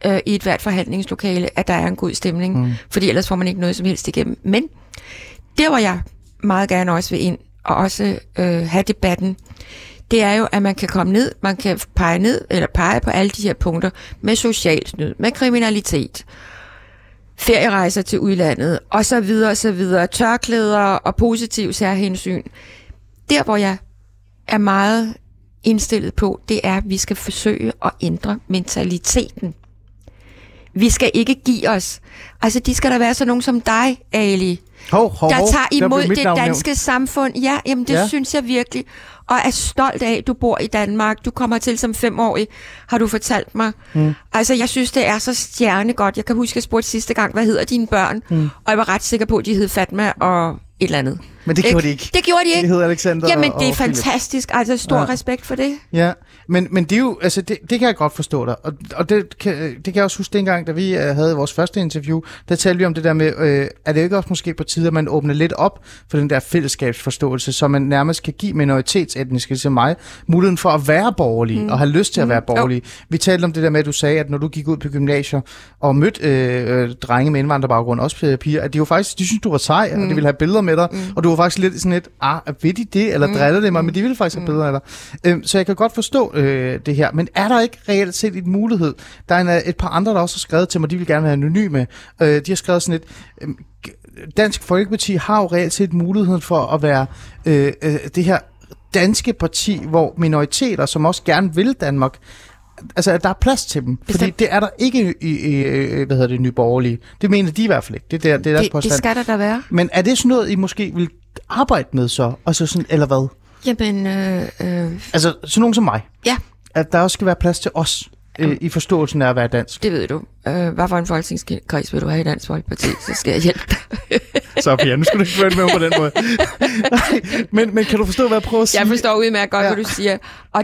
i et hvert forhandlingslokale, at der er en god stemning, fordi ellers får man ikke noget som helst igennem. Men der, hvor jeg meget gerne også vil ind, og også have debatten, det er jo, at man kan komme ned, man kan pege på alle de her punkter med social snyd, med kriminalitet, ferierejser til udlandet, og så videre, tørklæder og positiv særhensyn. Der, hvor jeg er meget indstillet på, det er, at vi skal forsøge at ændre mentaliteten. Vi skal ikke give os. Altså, de skal der være sådan nogen som dig, Ali, der tager imod det danske samfund. Ja, jamen det synes jeg virkelig. Og er stolt af, at du bor i Danmark. Du kommer til som 5-årig, har du fortalt mig. Altså, jeg synes, det er så stjernegodt. Jeg kan huske, jeg spurgte sidste gang, hvad hedder dine børn? Og jeg var ret sikker på, at de hed Fatma og et eller andet. Men det gjorde de ikke. Det gjorde de ikke. De hedder Alexander. Jamen, det er fantastisk. Altså, stor respekt for det. Ja, men det er jo, altså, det kan jeg godt forstå dig. Og det kan jeg også huske dengang, da vi havde vores første interview, der talte vi om det der med, er det ikke også måske på tide, at man åbner lidt op for den der fællesskabsforståelse, så man nærmest kan give minoritetsetniske som mig muligheden for at være borgerlige og have lyst til at være borgerlige. Vi talte om det der med, at du sagde, at når du gik ud på gymnasier og mødte drenge med indvandrerbaggrund, også piger, at de synes, du var sej, og de ville have billeder med dig, og du var faktisk lidt sådan ved de det, eller driller det mig, men de ville faktisk have billeder af dig. Så jeg kan godt forstå det her, men er der ikke reelt set en mulighed? Der er et par andre, der også har skrevet til mig, de vil gerne være anonyme. De har skrevet sådan et, Dansk Folkeparti har jo reelt set muligheden for at være det her danske parti, hvor minoriteter, som også gerne vil Danmark, altså at der er plads til dem, fordi det er der ikke i Nye Borgerlige. Det mener de i hvert fald ikke. Det er deres påstand. Det skal der være. Men er det sådan noget, I måske vil arbejde med så? Altså sådan, eller hvad? Jamen, altså sådan nogen som mig. Ja. At der også skal være plads til os i forståelsen af at være dansk. Det ved du. Hvad for en folketingskreds vil du have i Dansk Folkeparti, så skal jeg hjælpe dig. Så Pia, nu skal du ikke følge med på den måde. Nej, men kan du forstå, hvad jeg prøver at sige? Jeg forstår udmærket godt, hvad du siger.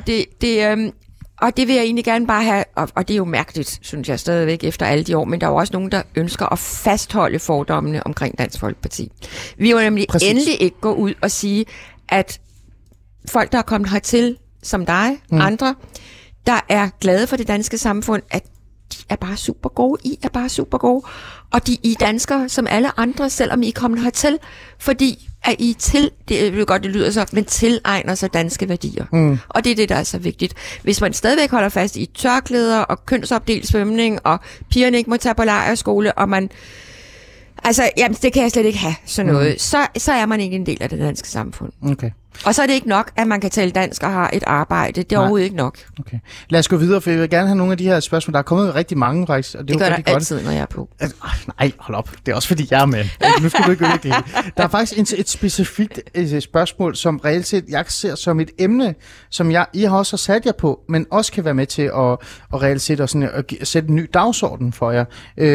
Og det vil jeg egentlig gerne bare have, og det er jo mærkeligt, synes jeg stadigvæk, efter alle de år, men der er jo også nogen, der ønsker at fastholde fordommene omkring Dansk Folkeparti. Vi vil nemlig endelig ikke gå ud og sige, at folk, der er kommet hertil, som dig, andre, der er glade for det danske samfund, at de er bare super gode. I er bare super gode. Og I er danskere som alle andre, selvom I er kommet hertil, fordi at I det er godt, det lyder så, men tilegner sig danske værdier. Og det er det, der er så vigtigt. Hvis man stadigvæk holder fast i tørklæder og kønsopdelt svømning, og pigerne ikke må tage på lejrskole, og man... Altså, jamen, det kan jeg slet ikke have, sådan noget. Så er man ikke en del af det danske samfund. Okay. Og så er det ikke nok, at man kan tale dansk og har et arbejde. Det er overhovedet ikke nok. Okay. Lad os gå videre, for jeg vil gerne have nogle af de her spørgsmål. Der er kommet rigtig mange, faktisk. Og det gør der altid, når jeg er på. Nej, hold op. Det er også fordi, jeg er med. Nu skal du ikke ødelægge det hele. Der er faktisk et specifikt spørgsmål, som reelt set, jeg ser som et emne, som I har også sat jer på, men også kan være med til at reelt set og sådan, at sætte en ny dagsorden for jer.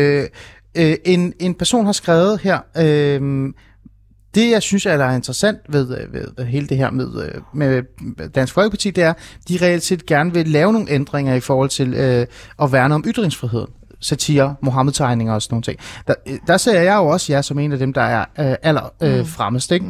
En person har skrevet her, det jeg synes er interessant ved hele det her med Dansk Folkeparti, det er, at de reelt set gerne vil lave nogle ændringer i forhold til at værne om ytringsfriheden. Satire, Mohammed-tegninger og sådan nogle ting. Der ser jeg jo også jer som en af dem, der er fremmest. Ikke?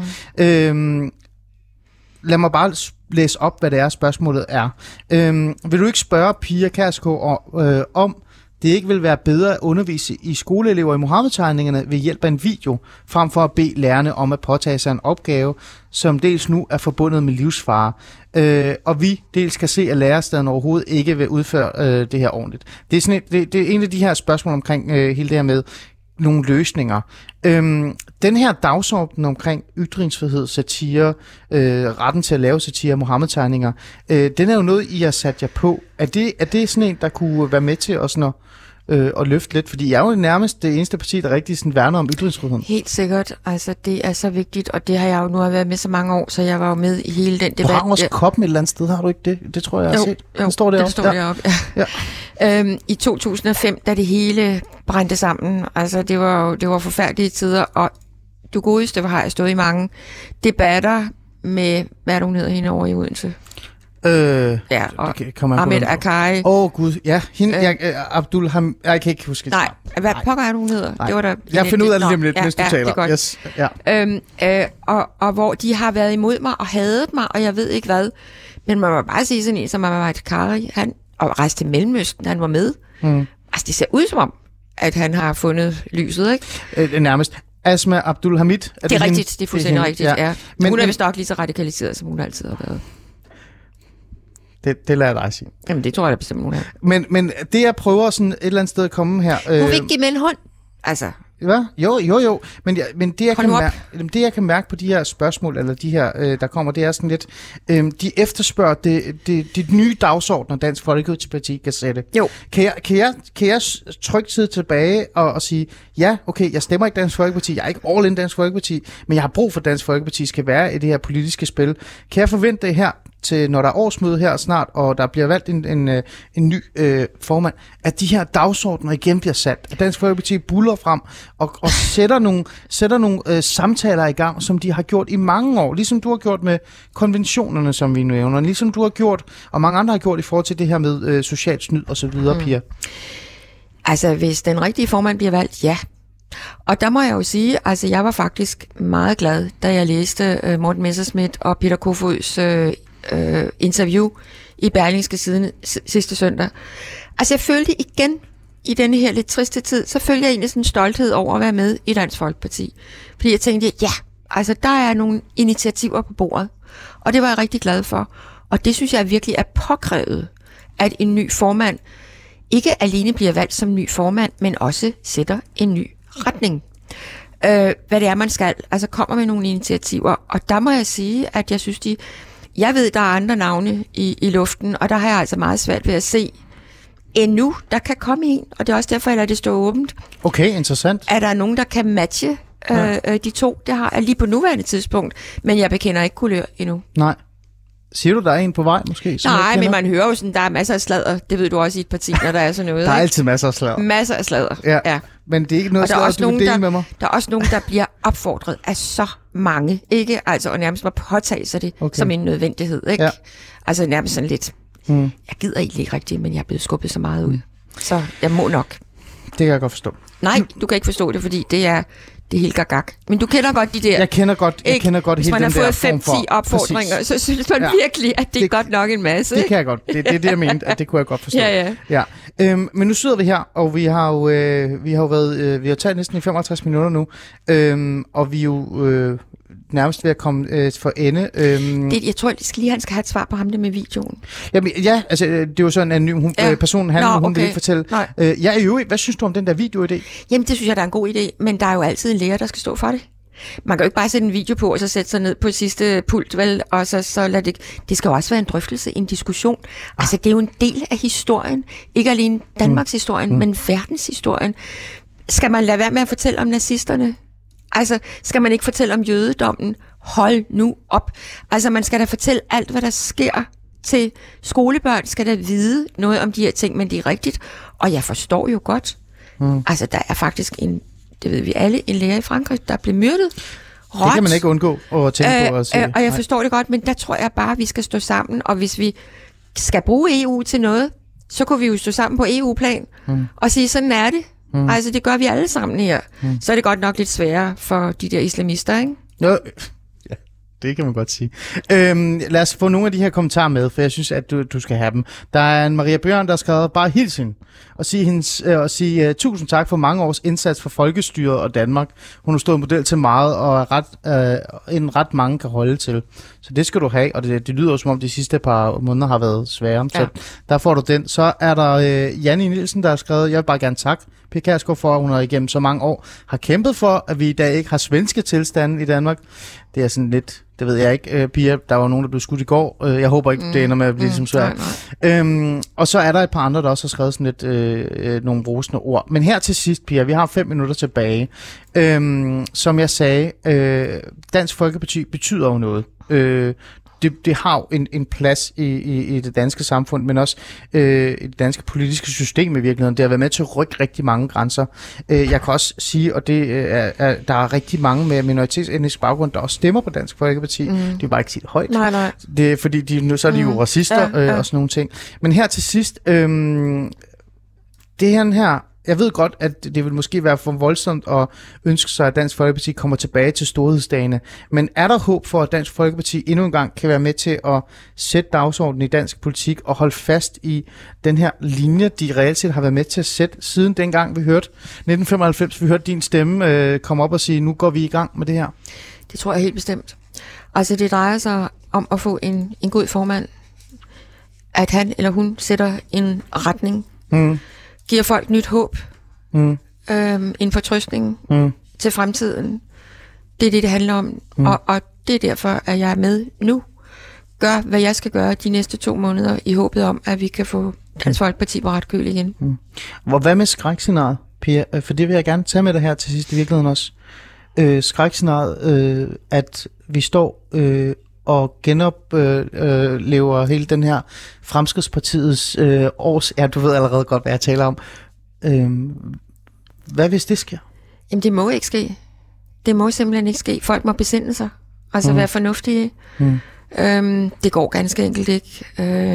Lad mig bare læse op, hvad det er, spørgsmålet er. Vil du ikke spørge Pia Kjærsgaard om, det ikke vil være bedre at undervise i skoleelever i Mohammed-tegningerne ved hjælp af en video, frem for at bede lærerne om at påtage sig en opgave, som dels nu er forbundet med livsfare, og vi dels kan se, at lærerstaden overhovedet ikke vil udføre det her ordentligt. Det er, sådan det er en af de her spørgsmål omkring hele det her med nogle løsninger. Den her dagsorden omkring ytringsfrihed, satire, retten til at lave satire, Mohammed-tegninger, den er jo noget, I har sat jer på. Er det sådan en, der kunne være med til at løfte lidt? Fordi jeg er jo nærmest det eneste parti, der rigtig sådan værner om ytringsfriheden. Helt sikkert. Altså, det er så vigtigt, og det har jeg jo nu været med så mange år, så jeg var jo med i hele den debat. Du har også koppen et eller andet sted, har du ikke det? Det tror jeg, jeg har set. Jo, står det står deroppe. Ja. I 2005, da det hele brændte sammen, altså det var forfærdelige tider, og du godeste har jeg stået i mange debatter med, hvad er det, hun hedder hende over i Odense? Ja, og Ahmed Akkari. Gud, ja. Abdul Ham... Jeg kan ikke huske det. Nej, hvad pokker er det, hun hedder? Nej. Det var der, jeg finder ud af det lige om lidt, mens du taler. Det er godt. Yes. Og hvor de har været imod mig og hadet mig, og jeg ved ikke hvad. Men man må bare sige sådan en som Ahmed Akkari, han og rejste til Mellemøsten, han var med. Altså, det ser ud som om, at han har fundet lyset, ikke? Nærmest. Asma Abdul Hamid. Det er rigtigt, det er fuldstændig rigtigt, ja. Men, hun er vist nok lige så radikaliseret, som hun altid har været. Det lader jeg dig sige. Jamen, det tror jeg da bestemt, hun er. Men det, jeg prøver sådan et eller andet sted at komme her... Hun vil ikke give med en hånd. Altså... Hvad? Jo. Men det, jeg kan mærke på de her spørgsmål, eller de her, der kommer, det er sådan lidt... de efterspørger det nye dagsordner, Dansk Folkeparti kan sætte. Jo. Kan jeg trykke tid tilbage og sige, ja, okay, jeg stemmer ikke Dansk Folkeparti, jeg er ikke all in Dansk Folkeparti, men jeg har brug for, at Dansk Folkeparti skal være i det her politiske spil. Kan jeg forvente det her, til når der er årsmøde her snart, og der bliver valgt en ny formand, at de her dagsordner igen bliver sat, at Dansk Folkeparti buller frem og sætter nogle samtaler i gang, som de har gjort i mange år, ligesom du har gjort med konventionerne, som vi nævner, ligesom du har gjort, og mange andre har gjort i forhold til det her med socialt snyd og så videre, Pia. Altså, hvis den rigtige formand bliver valgt, ja. Og der må jeg jo sige, altså jeg var faktisk meget glad, da jeg læste Morten Messerschmidt og Peter Kofods interview i Berlingske siden sidste søndag. Altså jeg følte igen i denne her lidt triste tid, så følte jeg egentlig sådan en stolthed over at være med i Dansk Folkeparti. Fordi jeg tænkte, ja, altså der er nogle initiativer på bordet, og det var jeg rigtig glad for. Og det synes jeg virkelig er påkrævet, at en ny formand ikke alene bliver valgt som ny formand, men også sætter en ny retning. Hvad det er, man skal. Altså kommer med nogle initiativer. Og der må jeg sige, at jeg synes, jeg ved, der er andre navne i luften, og der har jeg altså meget svært ved at se endnu, der kan komme en, og det er også derfor, jeg lader det stå åbent. Okay, interessant. Er der nogen, der kan matche de to? Det har jeg lige på nuværende tidspunkt, men jeg bekender ikke kulør endnu. Nej. Siger du, der er en på vej måske? Nej, men man hører jo sådan, der er masser af sladder. Det ved du også i et parti, når der er sådan noget. Der er altid masser af sladder. Masser af sladder, ja. Men det er ikke noget sladder, du vil dele med mig? Der er også nogen, der bliver opfordret af så mange, ikke? Altså, og nærmest må påtage sig det som en nødvendighed, ikke? Ja. Altså nærmest sådan lidt, jeg gider egentlig ikke rigtigt, men jeg er blevet skubbet så meget ud. Så jeg må nok. Det kan jeg godt forstå. Nej, du kan ikke forstå det, fordi det er helt gagag. Men du kender godt de der... Jeg kender godt hele den der. Hvis man har fået 5-10 opfordringer, så synes man virkelig, at det er godt nok en masse. Det kan jeg godt. Det er det, jeg mente, at det kunne jeg godt forstå. Ja. Men nu sidder vi her, og vi har jo taget næsten i 55 minutter nu, og vi er jo nærmest ved at komme for ende. Jeg tror, han skal have et svar på ham, det med videoen. Jamen, ja, altså, det er jo sådan en anonym personen, hun vil ikke fortælle. Hvad synes du om den der videoidé? Jamen, det synes jeg, der er en god idé, men der er jo altid en lærer, der skal stå for det. Man kan jo ikke bare sætte en video på, og så sætte sig ned på sidste pult, vel, og så lad det... Det skal jo også være en drøftelse, en diskussion. Altså, det er jo en del af historien. Ikke alene Danmarks historien, men verdenshistorien. Skal man lade være med at fortælle om nazisterne? Altså, skal man ikke fortælle om jødedommen? Hold nu op. Altså, man skal da fortælle alt, hvad der sker til skolebørn. Skal da vide noget om de her ting, men det er rigtigt. Og jeg forstår jo godt. Altså, der er faktisk det ved vi alle, en lærer i Frankrig, der blev myrdet. Råt. Det kan man ikke undgå at tænke på. Og jeg forstår det godt, men der tror jeg bare, at vi skal stå sammen. Og hvis vi skal bruge EU til noget, så kunne vi jo stå sammen på EU-plan og sige, sådan er det. Altså, det gør vi alle sammen her. Så er det godt nok lidt sværere for de der islamister, ikke? Ja, det kan man godt sige. Lad os få nogle af de her kommentarer med, for jeg synes, at du skal have dem. Der er en Maria Bjørn, der har skrevet bare hilsen og sige tusind tak for mange års indsats for folkestyret og Danmark. Hun har stået model til meget, og er ret mange kan holde til. Så det skal du have, og det lyder jo som om de sidste par måneder har været svære. Så der får du den. Så er der Janne Nielsen, der har skrevet, jeg vil bare gerne takke Pia Kjærsgaard for, at hun har igennem så mange år har kæmpet for, at vi i dag ikke har svenske tilstande i Danmark. Det er sådan lidt, det ved jeg ikke, Pia, der var nogen, der blev skudt i går. Jeg håber ikke, det ender med at blive ligesom svært. Og så er der et par andre, der også har skrevet sådan lidt nogle rosende ord. Men her til sidst, Pia, vi har 5 minutter tilbage. Som jeg sagde, Dansk Folkeparti betyder jo noget. Det har jo en plads i det danske samfund, men også i det danske politiske system i virkeligheden. Det har været med til at rykke rigtig mange grænser. Jeg kan også sige, og det der er rigtig mange med minoritetsetnisk baggrund, der også stemmer på Dansk Folkeparti. De er bare ikke sige det højt. Nej. Det er, fordi så er de jo racister og sådan nogle ting. Men her til sidst, det her jeg ved godt, at det vil måske være for voldsomt at ønske sig, at Dansk Folkeparti kommer tilbage til storhedsdagene. Men er der håb for, at Dansk Folkeparti endnu en gang kan være med til at sætte dagsordenen i dansk politik og holde fast i den her linje, de reelt set har været med til at sætte siden dengang vi hørte 1995, vi hørte din stemme komme op og sige, nu går vi i gang med det her? Det tror jeg helt bestemt. Altså det drejer sig om at få en god formand, at han eller hun sætter en retning, giver folk nyt håb, en fortrøstning til fremtiden. Det er det handler om, og det er derfor, at jeg er med nu. Gør, hvad jeg skal gøre de næste 2 måneder, i håbet om, at vi kan få Dansk Folkeparti på ret køl igen. Hvad med skrækscenariet, Pia? For det vil jeg gerne tage med dig her til sidst i virkeligheden også. Skrækscenariet, at vi står og genoplever hele den her Fremskridtspartiets års... Ja, du ved allerede godt, hvad jeg taler om. Hvad hvis det sker? Jamen, det må ikke ske. Det må simpelthen ikke ske. Folk må besinde sig. Altså være fornuftige. Det går ganske enkelt ikke.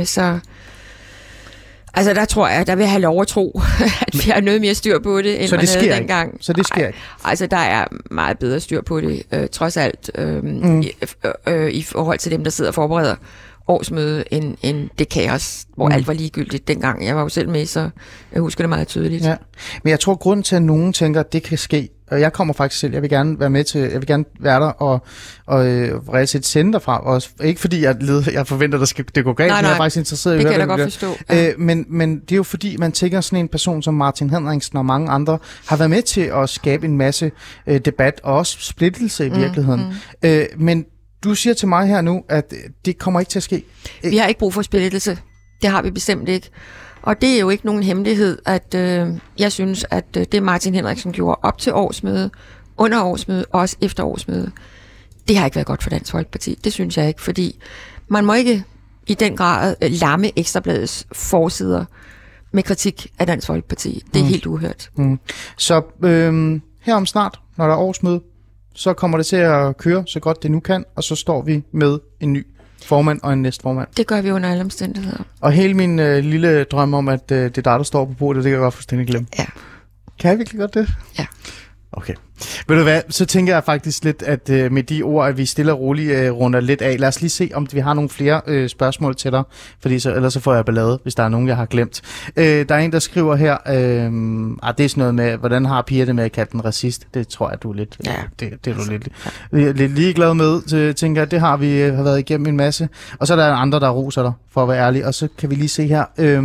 Altså, der tror jeg, der vil jeg have lov at tro, at vi har noget mere styr på det, end man havde dengang. Så det sker ikke? Altså, der er meget bedre styr på det, trods alt, i forhold til dem, der sidder og forbereder årsmøde, end det kaos, hvor alt var ligegyldigt dengang. Jeg var jo selv med, så jeg husker det meget tydeligt. Ja. Men jeg tror, grunden til, at nogen tænker, at det kan ske, og jeg kommer faktisk selv, jeg vil gerne være med til, jeg vil gerne være der og reelt set sende derfra også. Ikke fordi jeg forventer, at det går galt, men jeg er faktisk interesseret i det. Det kan jeg da godt forstå. Ja. Men det er jo fordi, man tænker sådan en person som Martin Henriksen og mange andre, har været med til at skabe en masse debat og også splittelse i virkeligheden. Men du siger til mig her nu, at det kommer ikke til at ske. Vi har ikke brug for splittelse. Det har vi bestemt ikke. Og det er jo ikke nogen hemmelighed, at jeg synes, at det Martin Henriksen gjorde op til årsmøde, under årsmøde og også efter årsmøde, det har ikke været godt for Dansk Folkeparti. Det synes jeg ikke, fordi man må ikke i den grad lamme Ekstrabladets forsider med kritik af Dansk Folkeparti. Det er helt uhørt. Så her om snart, når der er årsmøde, så kommer det til at køre så godt det nu kan, og så står vi med en ny formand og en næstformand. Det gør vi under alle omstændigheder. Og hele min lille drøm om, at det er dig, der står på bordet, det kan jeg godt fuldstændig glemme. Ja. Kan jeg virkelig godt det? Ja. Okay. Ved du hvad, så tænker jeg faktisk lidt, at med de ord, at vi stille og roligt runder lidt af. Lad os lige se, om vi har nogle flere spørgsmål til dig, fordi ellers så får jeg ballade, hvis der er nogen, jeg har glemt. Der er en, der skriver her, det er sådan noget med, hvordan har Pia det med at kalde den racist? Det tror jeg, du er lidt, det er du lidt ligeglad med, så tænker jeg, det har vi har været igennem en masse. Og så er der andre, der roser dig, for at være ærlig, og så kan vi lige se her...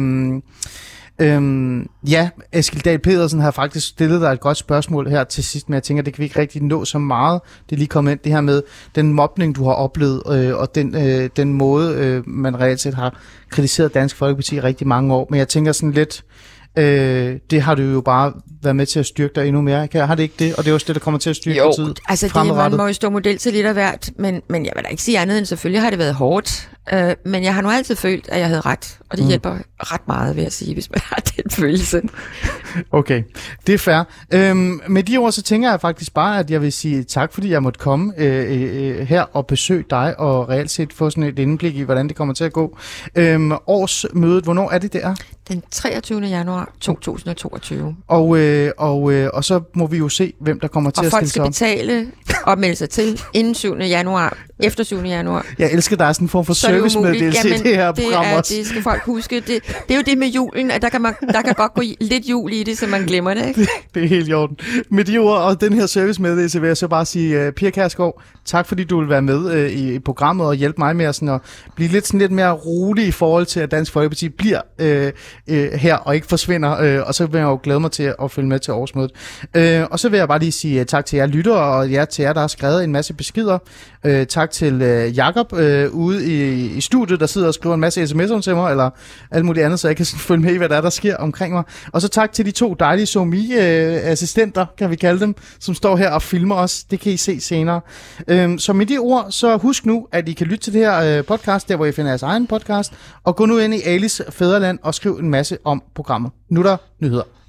Eskil Dahl Pedersen har faktisk stillet dig et godt spørgsmål her til sidst, men jeg tænker, det kan vi ikke rigtig nå så meget. Det er lige kommet ind, det her med den mobning, du har oplevet, og den måde, man reelt set har kritiseret Dansk Folkeparti i rigtig mange år. Men jeg tænker sådan lidt, det har du jo bare været med til at styrke dig endnu mere. Har det ikke det? Og det er også det, der kommer til at styrke partiet fremadrettet. Man må jo stå model til lidt af hvert, men jeg vil da ikke sige andet end, selvfølgelig har det været hårdt. Men jeg har nu altid følt, at jeg havde ret, og det hjælper ret meget, vil jeg sige, hvis man har den følelse. Okay, det er fair. Med de ord, så tænker jeg faktisk bare, at jeg vil sige tak, fordi jeg måtte komme her og besøge dig, og reelt set få sådan et indblik i, hvordan det kommer til at gå. Årsmødet, hvornår er det, det er? Den 23. januar 2022. Og så må vi jo se, hvem der kommer til at stille sig op. Og folk skal betale og melde sig til inden 7. januar, efter 7. januar. Jeg elsker, der er sådan en form for servicemeddelelse i det her program også. Det skal folk huske. Det er jo det med julen, at der kan godt gå lidt jul i det, så man glemmer det, ikke? Det er helt i orden. Med de ord og den her servicemeddelelse vil jeg så bare sige, Pia Kjærsgaard, tak fordi du vil være med i programmet og hjælpe mig med at blive lidt mere rolig i forhold til, at Dansk Folkeparti bliver her og ikke forsvinder. Og så vil jeg jo glæde mig til at følge med til årsmødet. Og så vil jeg bare lige sige tak til jer lyttere, og jer til jer, der har skrevet en masse beskeder. Tak til Jakob ude i studiet, der sidder og skriver en masse sms'er til mig, eller alt muligt andet, så jeg kan følge med i, hvad der sker omkring mig. Og så tak til de 2 dejlige SoMe-assistenter, kan vi kalde dem, som står her og filmer os. Det kan I se senere. Så med de ord, så husk nu, at I kan lytte til det her podcast, der hvor I finder jeres egen podcast, og gå nu ind i Alis Fædreland og skriv en masse om programmet. Nu er der nyheder.